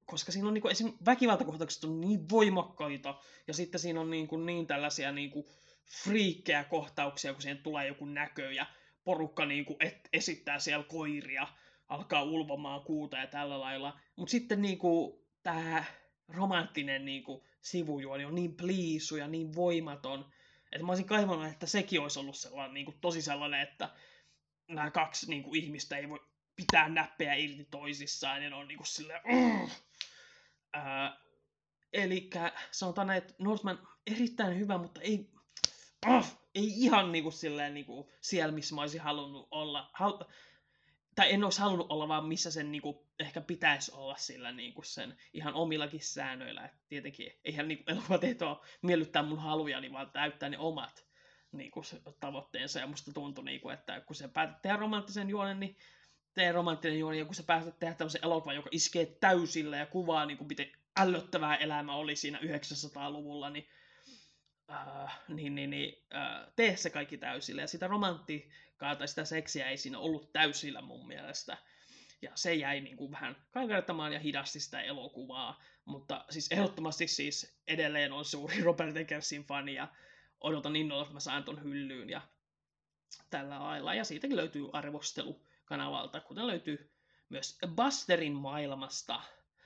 koska siinä on niinku, esim. Väkivaltakohtaukset on niin voimakkaita, ja sitten siinä on niinku, niin tällaisia niinku, friikkejä kohtauksia, kun siihen tulee joku näkö, ja porukka niinku, et, esittää siellä koiria, alkaa ulvomaan kuuta ja tällä lailla. Mutta sitten niinku, tämä romanttinen niinku, sivujuoni on niin pliisu ja niin voimaton, että mä olisin kaivannut, että sekin olisi ollut sellainen, niinku, tosi sellainen, että nämä kaksi niinku, ihmistä ei voi pitää näppejä irti toisissaan, ja ne on niinku silleen... Uh! Ää, elikkä sanotaan näin, että Northman erittäin hyvä, mutta ei, uh, ei ihan niinku silleen niinku siellä, missä mä olisin halunnut olla. Hal, tai en olisi halunnut olla, vaan missä sen niinku ehkä pitäisi olla sillä niinku sen ihan omillakin säännöillä. Et tietenkin eihän niinku elokuvatehtoa miellyttää mun halujani, vaan täyttää ne omat niinku, tavoitteensa. Ja musta tuntui, niinku, että kun sä päätät tehdä romanttisen juonen, niin tee romanttinen juoni, ja kun sä pääset tehdä tämmöisen elokuvan, joka iskee täysillä ja kuvaa, niin kuin miten ällöttävää elämä oli siinä yhdeksänsataaluvulla, niin, äh, niin, niin, niin äh, tee se kaikki täysillä. Ja sitä romanttikaa tai sitä seksiä ei siinä ollut täysillä mun mielestä. Ja se jäi niin kuin vähän kaivertamaan ja hidasti sitä elokuvaa. Mutta siis ehdottomasti siis edelleen on suuri Robert Eggersin fani, ja odotan innolla, että mä saan ton hyllyyn ja tällä lailla. Ja siitäkin löytyy arvostelu kanavalta, kuten löytyy myös Busterin maailmasta.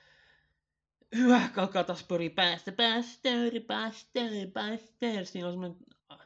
Hyvä, kakatas pöri päästä, Buster, Buster, Buster. Siinä on semmoinen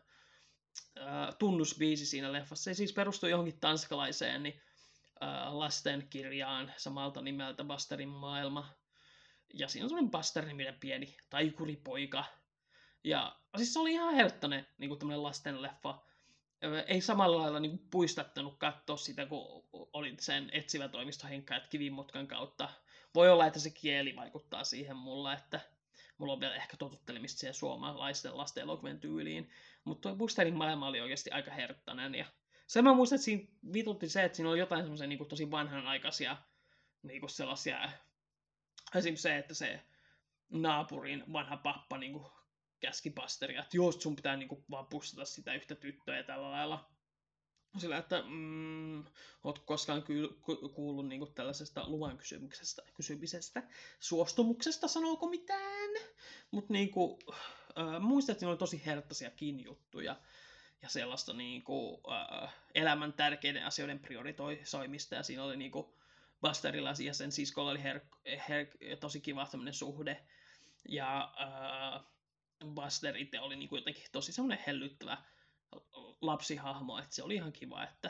äh, tunnusbiisi siinä leffassa. Se siis perustuu johonkin tanskalaiseen niin, äh, lastenkirjaan samalta nimeltä Busterin maailma. Ja siinä on semmoinen Buster-niminen pieni taikuripoika. Ja siis se oli ihan herttainen niin tämmöinen lastenleffa. Ei samalla lailla niin kuin puistattanut katsoa sitä, kun olit sen etsivä toimisto henkkajat kivimutkan kautta. Voi olla, että se kieli vaikuttaa siihen mulla, että mulla on vielä ehkä totuttelemista siihen suomalaisten lasten elokuvien tyyliin. Mutta tuo Busterin maailma oli oikeasti aika herttainen. Ja sen mä muistan, että siinä vitutti se, että siinä oli jotain semmoisia niin kuin tosi vanhanaikaisia niin kuin sellaisia... Esimerkiksi se, että se naapurin vanha pappa niin kuin käski Busteria, että jos sun pitää niinku vaan pustata sitä yhtä tyttöä ja tällä lailla. Sillä, että mm, ootko koskaan ky- ku- kuullut niinku tällaisesta luvan kysymyksestä, kysymisestä, suostumuksesta, sanooko mitään? Mutta niinku, äh, muistan, että siinä oli tosi herttaisiakin juttuja ja sellaista niinku, äh, elämän tärkeiden asioiden prioritoisoimista, ja siinä oli niinku Busterilla ja sen siskolla oli her- her- tosi kiva tämmöinen suhde, ja äh, Buster itse oli niinku jotenkin tosi semmoinen hellyttävä lapsihahmo, että se oli ihan kiva, että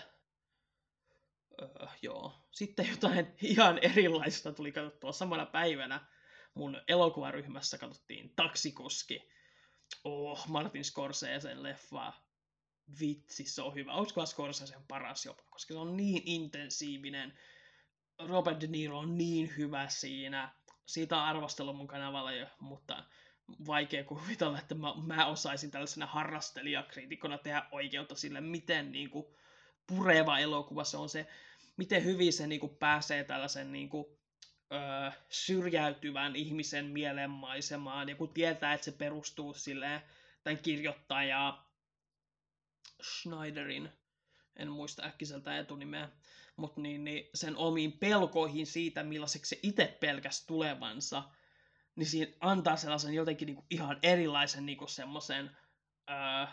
öö, joo. Sitten jotain ihan erilaista tuli katsottua samana päivänä. Mun elokuvaryhmässä katsottiin Taksikuski. Oh, Martin Scorsesen leffa. Vitsi, se on hyvä. Olisiko Scorsesen paras jopa, koska se on niin intensiivinen. Robert De Niro on niin hyvä siinä. Siitä on arvostellut mun kanavalla jo, mutta vaikea kuvitella, että mä, mä osaisin tällaisena harrastelijakriitikona tehdä oikeutta sille, miten niin kuin, pureva elokuva se on se, miten hyvin se niin kuin, pääsee tällaisen niin kuin, ö, syrjäytyvän ihmisen mielenmaisemaan, ja kun tietää, että se perustuu silleen, tämän kirjoittaja Schneiderin, en muista äkkiseltä etunimeä, mutta niin, niin sen omiin pelkoihin siitä, millaiseksi se itse pelkäsi tulevansa, niin siinä antaa sellaisen jotenkin niinku ihan erilaisen niinku semmoisen öö,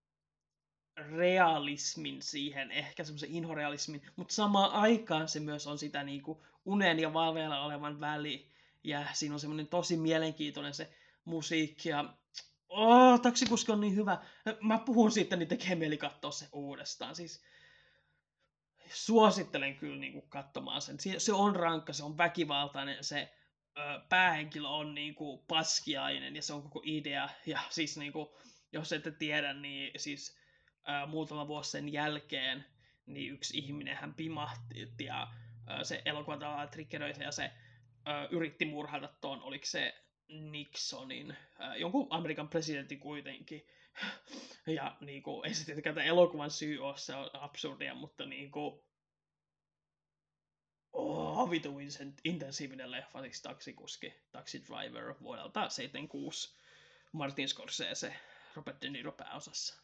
realismin siihen, ehkä semmoisen inhorealismin, mutta samaan aikaan se myös on sitä niinku unen ja valveilla olevan väli, ja siinä on semmoinen tosi mielenkiintoinen se musiikki, ja oh, Taksikuski on niin hyvä. Mä puhun siitä, niin tekee mieli katsoa se uudestaan. Siis suosittelen kyllä niinku katsomaan sen. Se on rankka, se on väkivaltainen, se päähenkilö on niinku paskiainen, ja se on koko idea. Ja siis niinku, jos ette tiedä, niin siis ää, muutama vuosi sen jälkeen niin yksi ihminen hän pimahti, ja ää, se elokuva tavallaan triggeröi ja se ää, yritti murhata ton, oliko se Nixonin, ää, jonkun Amerikan presidentin kuitenkin. Ja niinku, ei se tietenkään tämän elokuvan syy ole, se on absurdia, mutta niinku oh, vituisen intensiivinen leffa, siis Taksikuski, Taxi Driver vuodelta seitsemänkymmentäkuusi, Martin Scorsese, Robert De Niro pääosassa.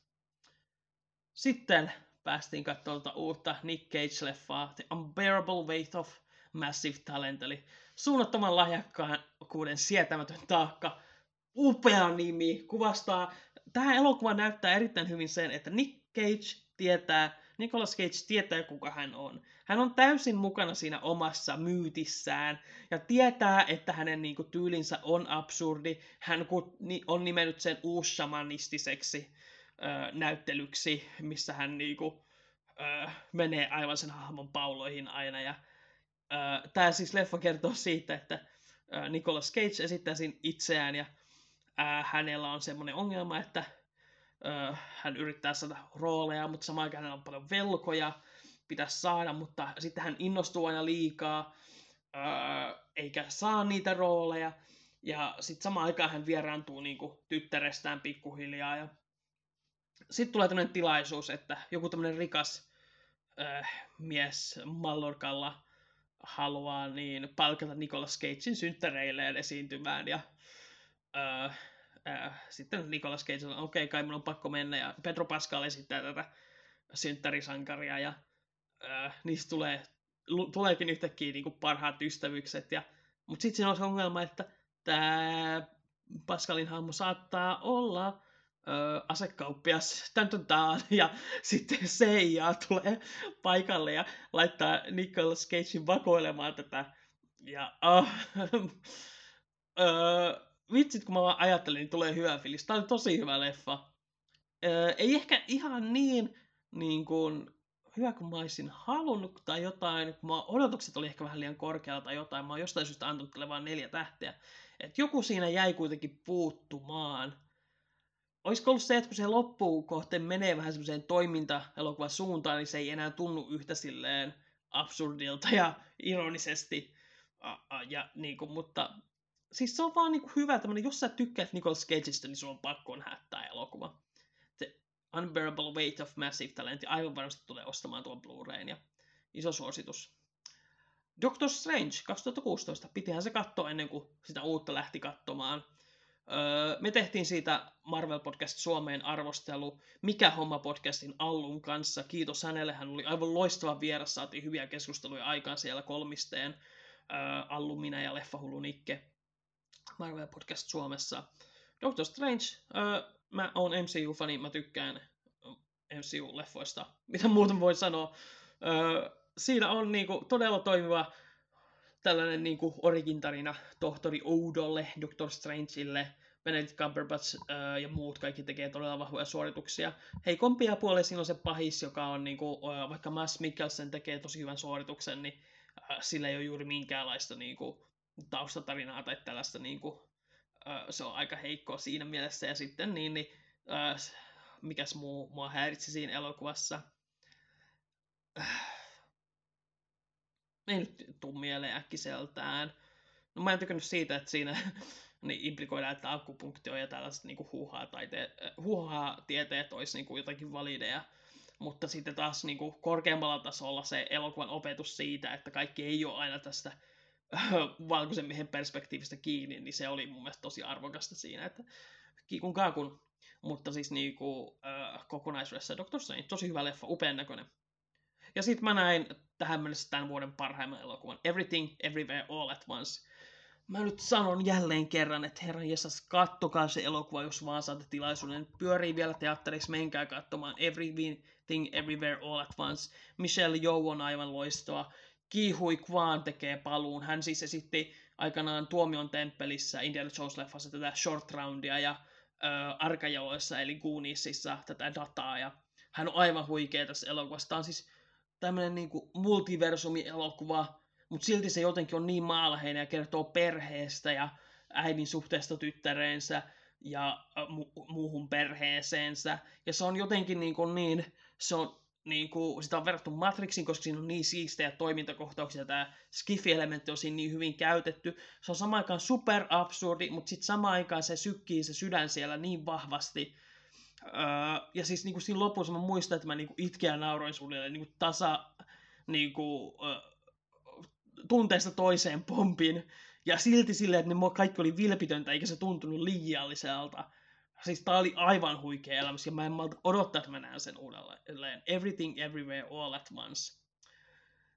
Sitten päästiin katsomaan uutta Nick Cage-leffaa, The Unbearable Weight of Massive Talent, eli suunnattoman lahjakkuuden sietämätön taakka. Upea nimi, kuvastaa, tämä elokuva näyttää erittäin hyvin sen, että Nick Cage tietää, Nicolas Cage tietää kuka hän on. Hän on täysin mukana siinä omassa myytissään ja tietää, että hänen niinku, tyylinsä on absurdi. Hän on nimennyt sen uussamanistiseksi ö, näyttelyksi, missä hän niinku, ö, menee aivan sen hahmon pauloihin aina. Ja, ö, tämä siis leffa kertoo siitä, että ö, Nicolas Cage esittää siinä itseään ja ö, hänellä on semmoinen ongelma, että ö, hän yrittää saada rooleja, mutta samaan aikaan hänellä on paljon velkoja, pitäisi saada, mutta sitten hän innostuu aina liikaa, öö, eikä saa niitä rooleja. Ja sitten samaan aikaan hän vieraantuu niinku tyttärestään pikkuhiljaa. Ja sitten tulee tämmöinen tilaisuus, että joku tämmöinen rikas öö, mies Mallorcalla haluaa niin palkata Nicolas Cagein synttäreilleen esiintymään. Ja öö, öö, sitten Nicolas Cage on, okei, okay, kai mun on pakko mennä. Ja Pedro Pascal esittää tätä synttärisankaria ja Äh, niistä tulee, lu, tuleekin yhtäkkiä niinku parhaat ystävykset. Ja, mutta sitten siinä on se ongelma, että tämä Pascalin hahmo saattaa olla ö, asekauppias, tän, tän, tän, ja sitten C I A tulee paikalle ja laittaa Nicolas Cagein vakoilemaan tätä. Ja oh, ö, vitsit, kun mä vaan ajattelin, niin tulee hyvä fiilis. Tämä on tosi hyvä leffa. Ö, ei ehkä ihan niin, niin kuin hyvä, kun mä olisin halunnut tai jotain, kun mä odotukset oli ehkä vähän liian korkealla tai jotain, mä oon jostain syystä antanut tälle vaan neljä tähteä. Et joku siinä jäi kuitenkin puuttumaan. Olisiko ollut se, että kun se loppuun kohteen menee vähän semmoiseen toiminta-elokuvan suuntaan, niin se ei enää tunnu yhtä silleen absurdilta ja ironisesti. Ja, niin kuin, mutta siis se on vaan niin kuin hyvä tämmönen, jos sä tykkäät Nicolas Cageista, niin sulla on pakko nähdä tää elokuva. Unbearable Weight of Massive Talent, ja aivan varmasti tulee ostamaan tuon Blu-rayn, ja iso suositus. Doctor Strange kaksituhattakuusitoista, pitihän se katsoa ennen kuin sitä uutta lähti katsomaan. Öö, me tehtiin siitä Marvel Podcast Suomeen arvostelu Mikä homma podcastin Allun kanssa. Kiitos hänelle, hän oli aivan loistava vieras, saatiin hyviä keskusteluja aikaan siellä kolmisteen. Öö, Allu, minä ja Leffahullu Nikke Marvel Podcast Suomessa. Doctor Strange, öö, mä oon M C U-fani, mä tykkään M C U-leffoista. Mitä muuta voi sanoa? Öö, siinä on niinku todella toimiva tällainen niinku origin-tarina tohtori Oudolle, Doctor Strangeille, Benedict Cumberbatch öö, ja muut kaikki tekee todella vahvoja suorituksia. Heikompia puolia siinä on se pahis, joka on niinku, öö, vaikka Mads Mikkelsen tekee tosi hyvän suorituksen, niin öö, sillä ei ole juuri minkäänlaista niinku taustatarinaa tai tällaista niinku, se on aika heikkoa siinä mielessä, ja sitten niin, niin äh, mikäs muu mua häiritsi siinä elokuvassa. Äh, ei nyt tuu mieleen äkkiseltään. No mä en tykännyt siitä, että siinä niin implikoidaan, että akupunktio ja tällaiset niinku huuhaa-taite- huuhaa-tieteet olisi niinku jotakin valideja, mutta sitten taas niinku korkeammalla tasolla se elokuvan opetus siitä, että kaikki ei ole aina tästä valkoisen miehen perspektiivistä kiinni, niin se oli mun mielestä tosi arvokasta siinä, että kiikun kaakun, mutta siis niinku äh, kokonaisuudessa Doctor Strange, tosi hyvä leffa, upean näköinen. Ja sitten mä näin tähän mennessä tämän vuoden parhaimman elokuvan, Everything, Everywhere, All at Once. Mä nyt sanon jälleen kerran, että herran jesas, kattokaa se elokuva, jos vaan saatte tilaisuuden. Pyörii vielä teatterissa, menkää katsomaan Everything, Everywhere, All at Once. Michelle Yeoh on aivan loistava. Ki Huy Kwan tekee paluun. Hän siis esitti aikanaan Tuomion temppelissä Indiana Jones-leffassa tätä short roundia ja äh, Arkajaloissa eli Gooniesissa tätä dataa. Ja hän on aivan huikea tässä elokuvassa. Tämä on siis tämmöinen niinku multiversumi-elokuva, mutta silti se jotenkin on niin maalaheinen ja kertoo perheestä ja äidin suhteesta tyttäreensä ja mu- muuhun perheeseensä. Ja se on jotenkin niin, kuin niin se on niin kuin, sitä on verrattu Matrixiin, koska siinä on niin siistejä toimintakohtauksia, tämä skifi-elementti on siinä niin hyvin käytetty. Se on samaan aikaan super absurdi, mutta sitten samaan aikaan se sykkii se sydän siellä niin vahvasti. Öö, ja siis niin kuin siinä lopussa mä muistan, että mä niin kuin itkeä nauroin suunnilleen niin kuin tasa niin kuin, öö, tunteesta toiseen pompin. Ja silti silleen, että ne kaikki oli vilpitöntä, eikä se tuntunut liialliselta. Siis tää oli aivan huikea elämys, ja mä en malta odottaa, että mä näen sen uudelleen. Everything, Everywhere, All at Once.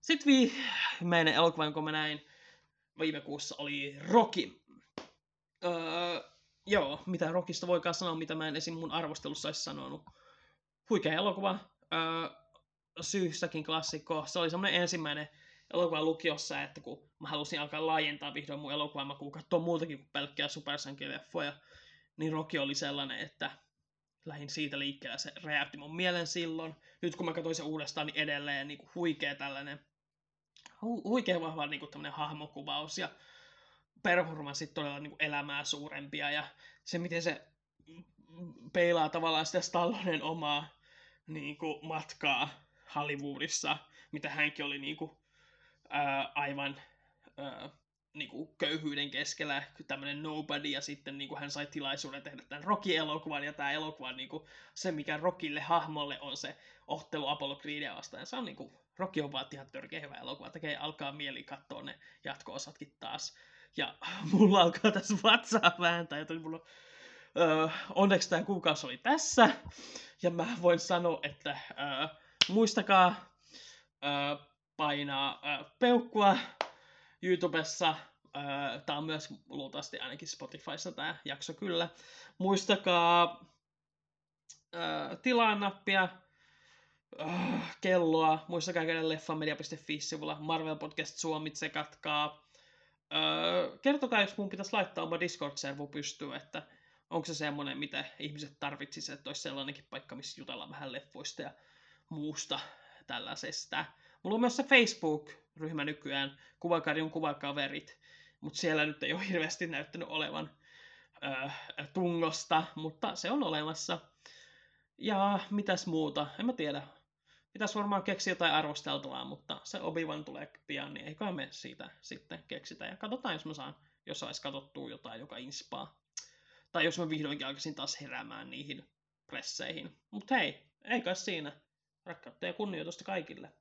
Sitten viimeinen elokuva, jonka mä näin viime kuussa, oli Rocky. Öö, joo, mitä Rockista voikaan sanoa, mitä mä en esim. Mun arvostelussa olisi sanonut. Huikea elokuva. Öö, syystäkin klassikko. Se oli semmoinen ensimmäinen elokuva lukiossa, että kun mä halusin alkaa laajentaa vihdoin mun elokuvamakuun, katsoa muutakin kuin pelkkää supersankileffoja, niin Rocky oli sellainen, että lähdin siitä liikkeelle. Se räjäytti mun mielen silloin. Nyt kun mä katsoin sen uudestaan, niin edelleen niin kuin huikea tällainen, hu- huikea vahva niin kuin tämmöinen hahmokuvaus ja performanssit todella niin kuin elämää suurempia. Ja se, miten se peilaa tavallaan sitä Stallonen omaa niin kuin matkaa Hollywoodissa, mitä hänkin oli niin kuin, ää, aivan ää, niin kuin köyhyyden keskellä tämmöinen nobody, ja sitten niin kuin hän sai tilaisuuden tehdä tämän Rocky-elokuvan, ja tämä elokuva niin kuin, se, mikä Rockille hahmolle on se ohtelu Apollo Creedia vastaan. Se on niin kuin, Rocky on vaan ihan törkeä hyvä elokuva, tekee alkaa mieli katsoa ne jatko-osatkin taas. Ja mulla alkaa tässä vatsaa vääntää, joten mulla Öö, onneksi tämä kuukausi oli tässä, ja mä voin sanoa, että öö, muistakaa öö, painaa öö, peukkua YouTubessa. Öö, tää on myös luultavasti ainakin Spotifyssa tämä jakso kyllä. Muistakaa öö, tilaa nappia, öö, kelloa. Muistakaa käydä leffamedia piste fi-sivulla. Marvel Podcast Suomi, tsekatkaa. Öö, kertokaa, jos mun pitäisi laittaa oma Discord-servu pystyyn, että onko se semmoinen, mitä ihmiset tarvitsisivat, että olisi sellainenkin paikka, missä jutellaan vähän leffoista ja muusta tällaisesta. Mulla on myös se Facebook-ryhmä nykyään, Kuvakarjun kuvakaverit, mutta siellä nyt ei ole hirveästi näyttänyt olevan öö, tungosta, mutta se on olemassa. Ja mitäs muuta, en mä tiedä. Pitäisi varmaan keksiä jotain arvosteltavaa, mutta se Obi-Wan tulee pian, niin eiköhän me siitä sitten keksitä. Ja katsotaan, jos mä saan, jos saisi katsottua jotain, joka inspaa. Tai jos mä vihdoinkin alkaisin taas heräämään niihin presseihin. Mut hei, ei kai siinä. Rakkautta ja kunnioitusta kaikille.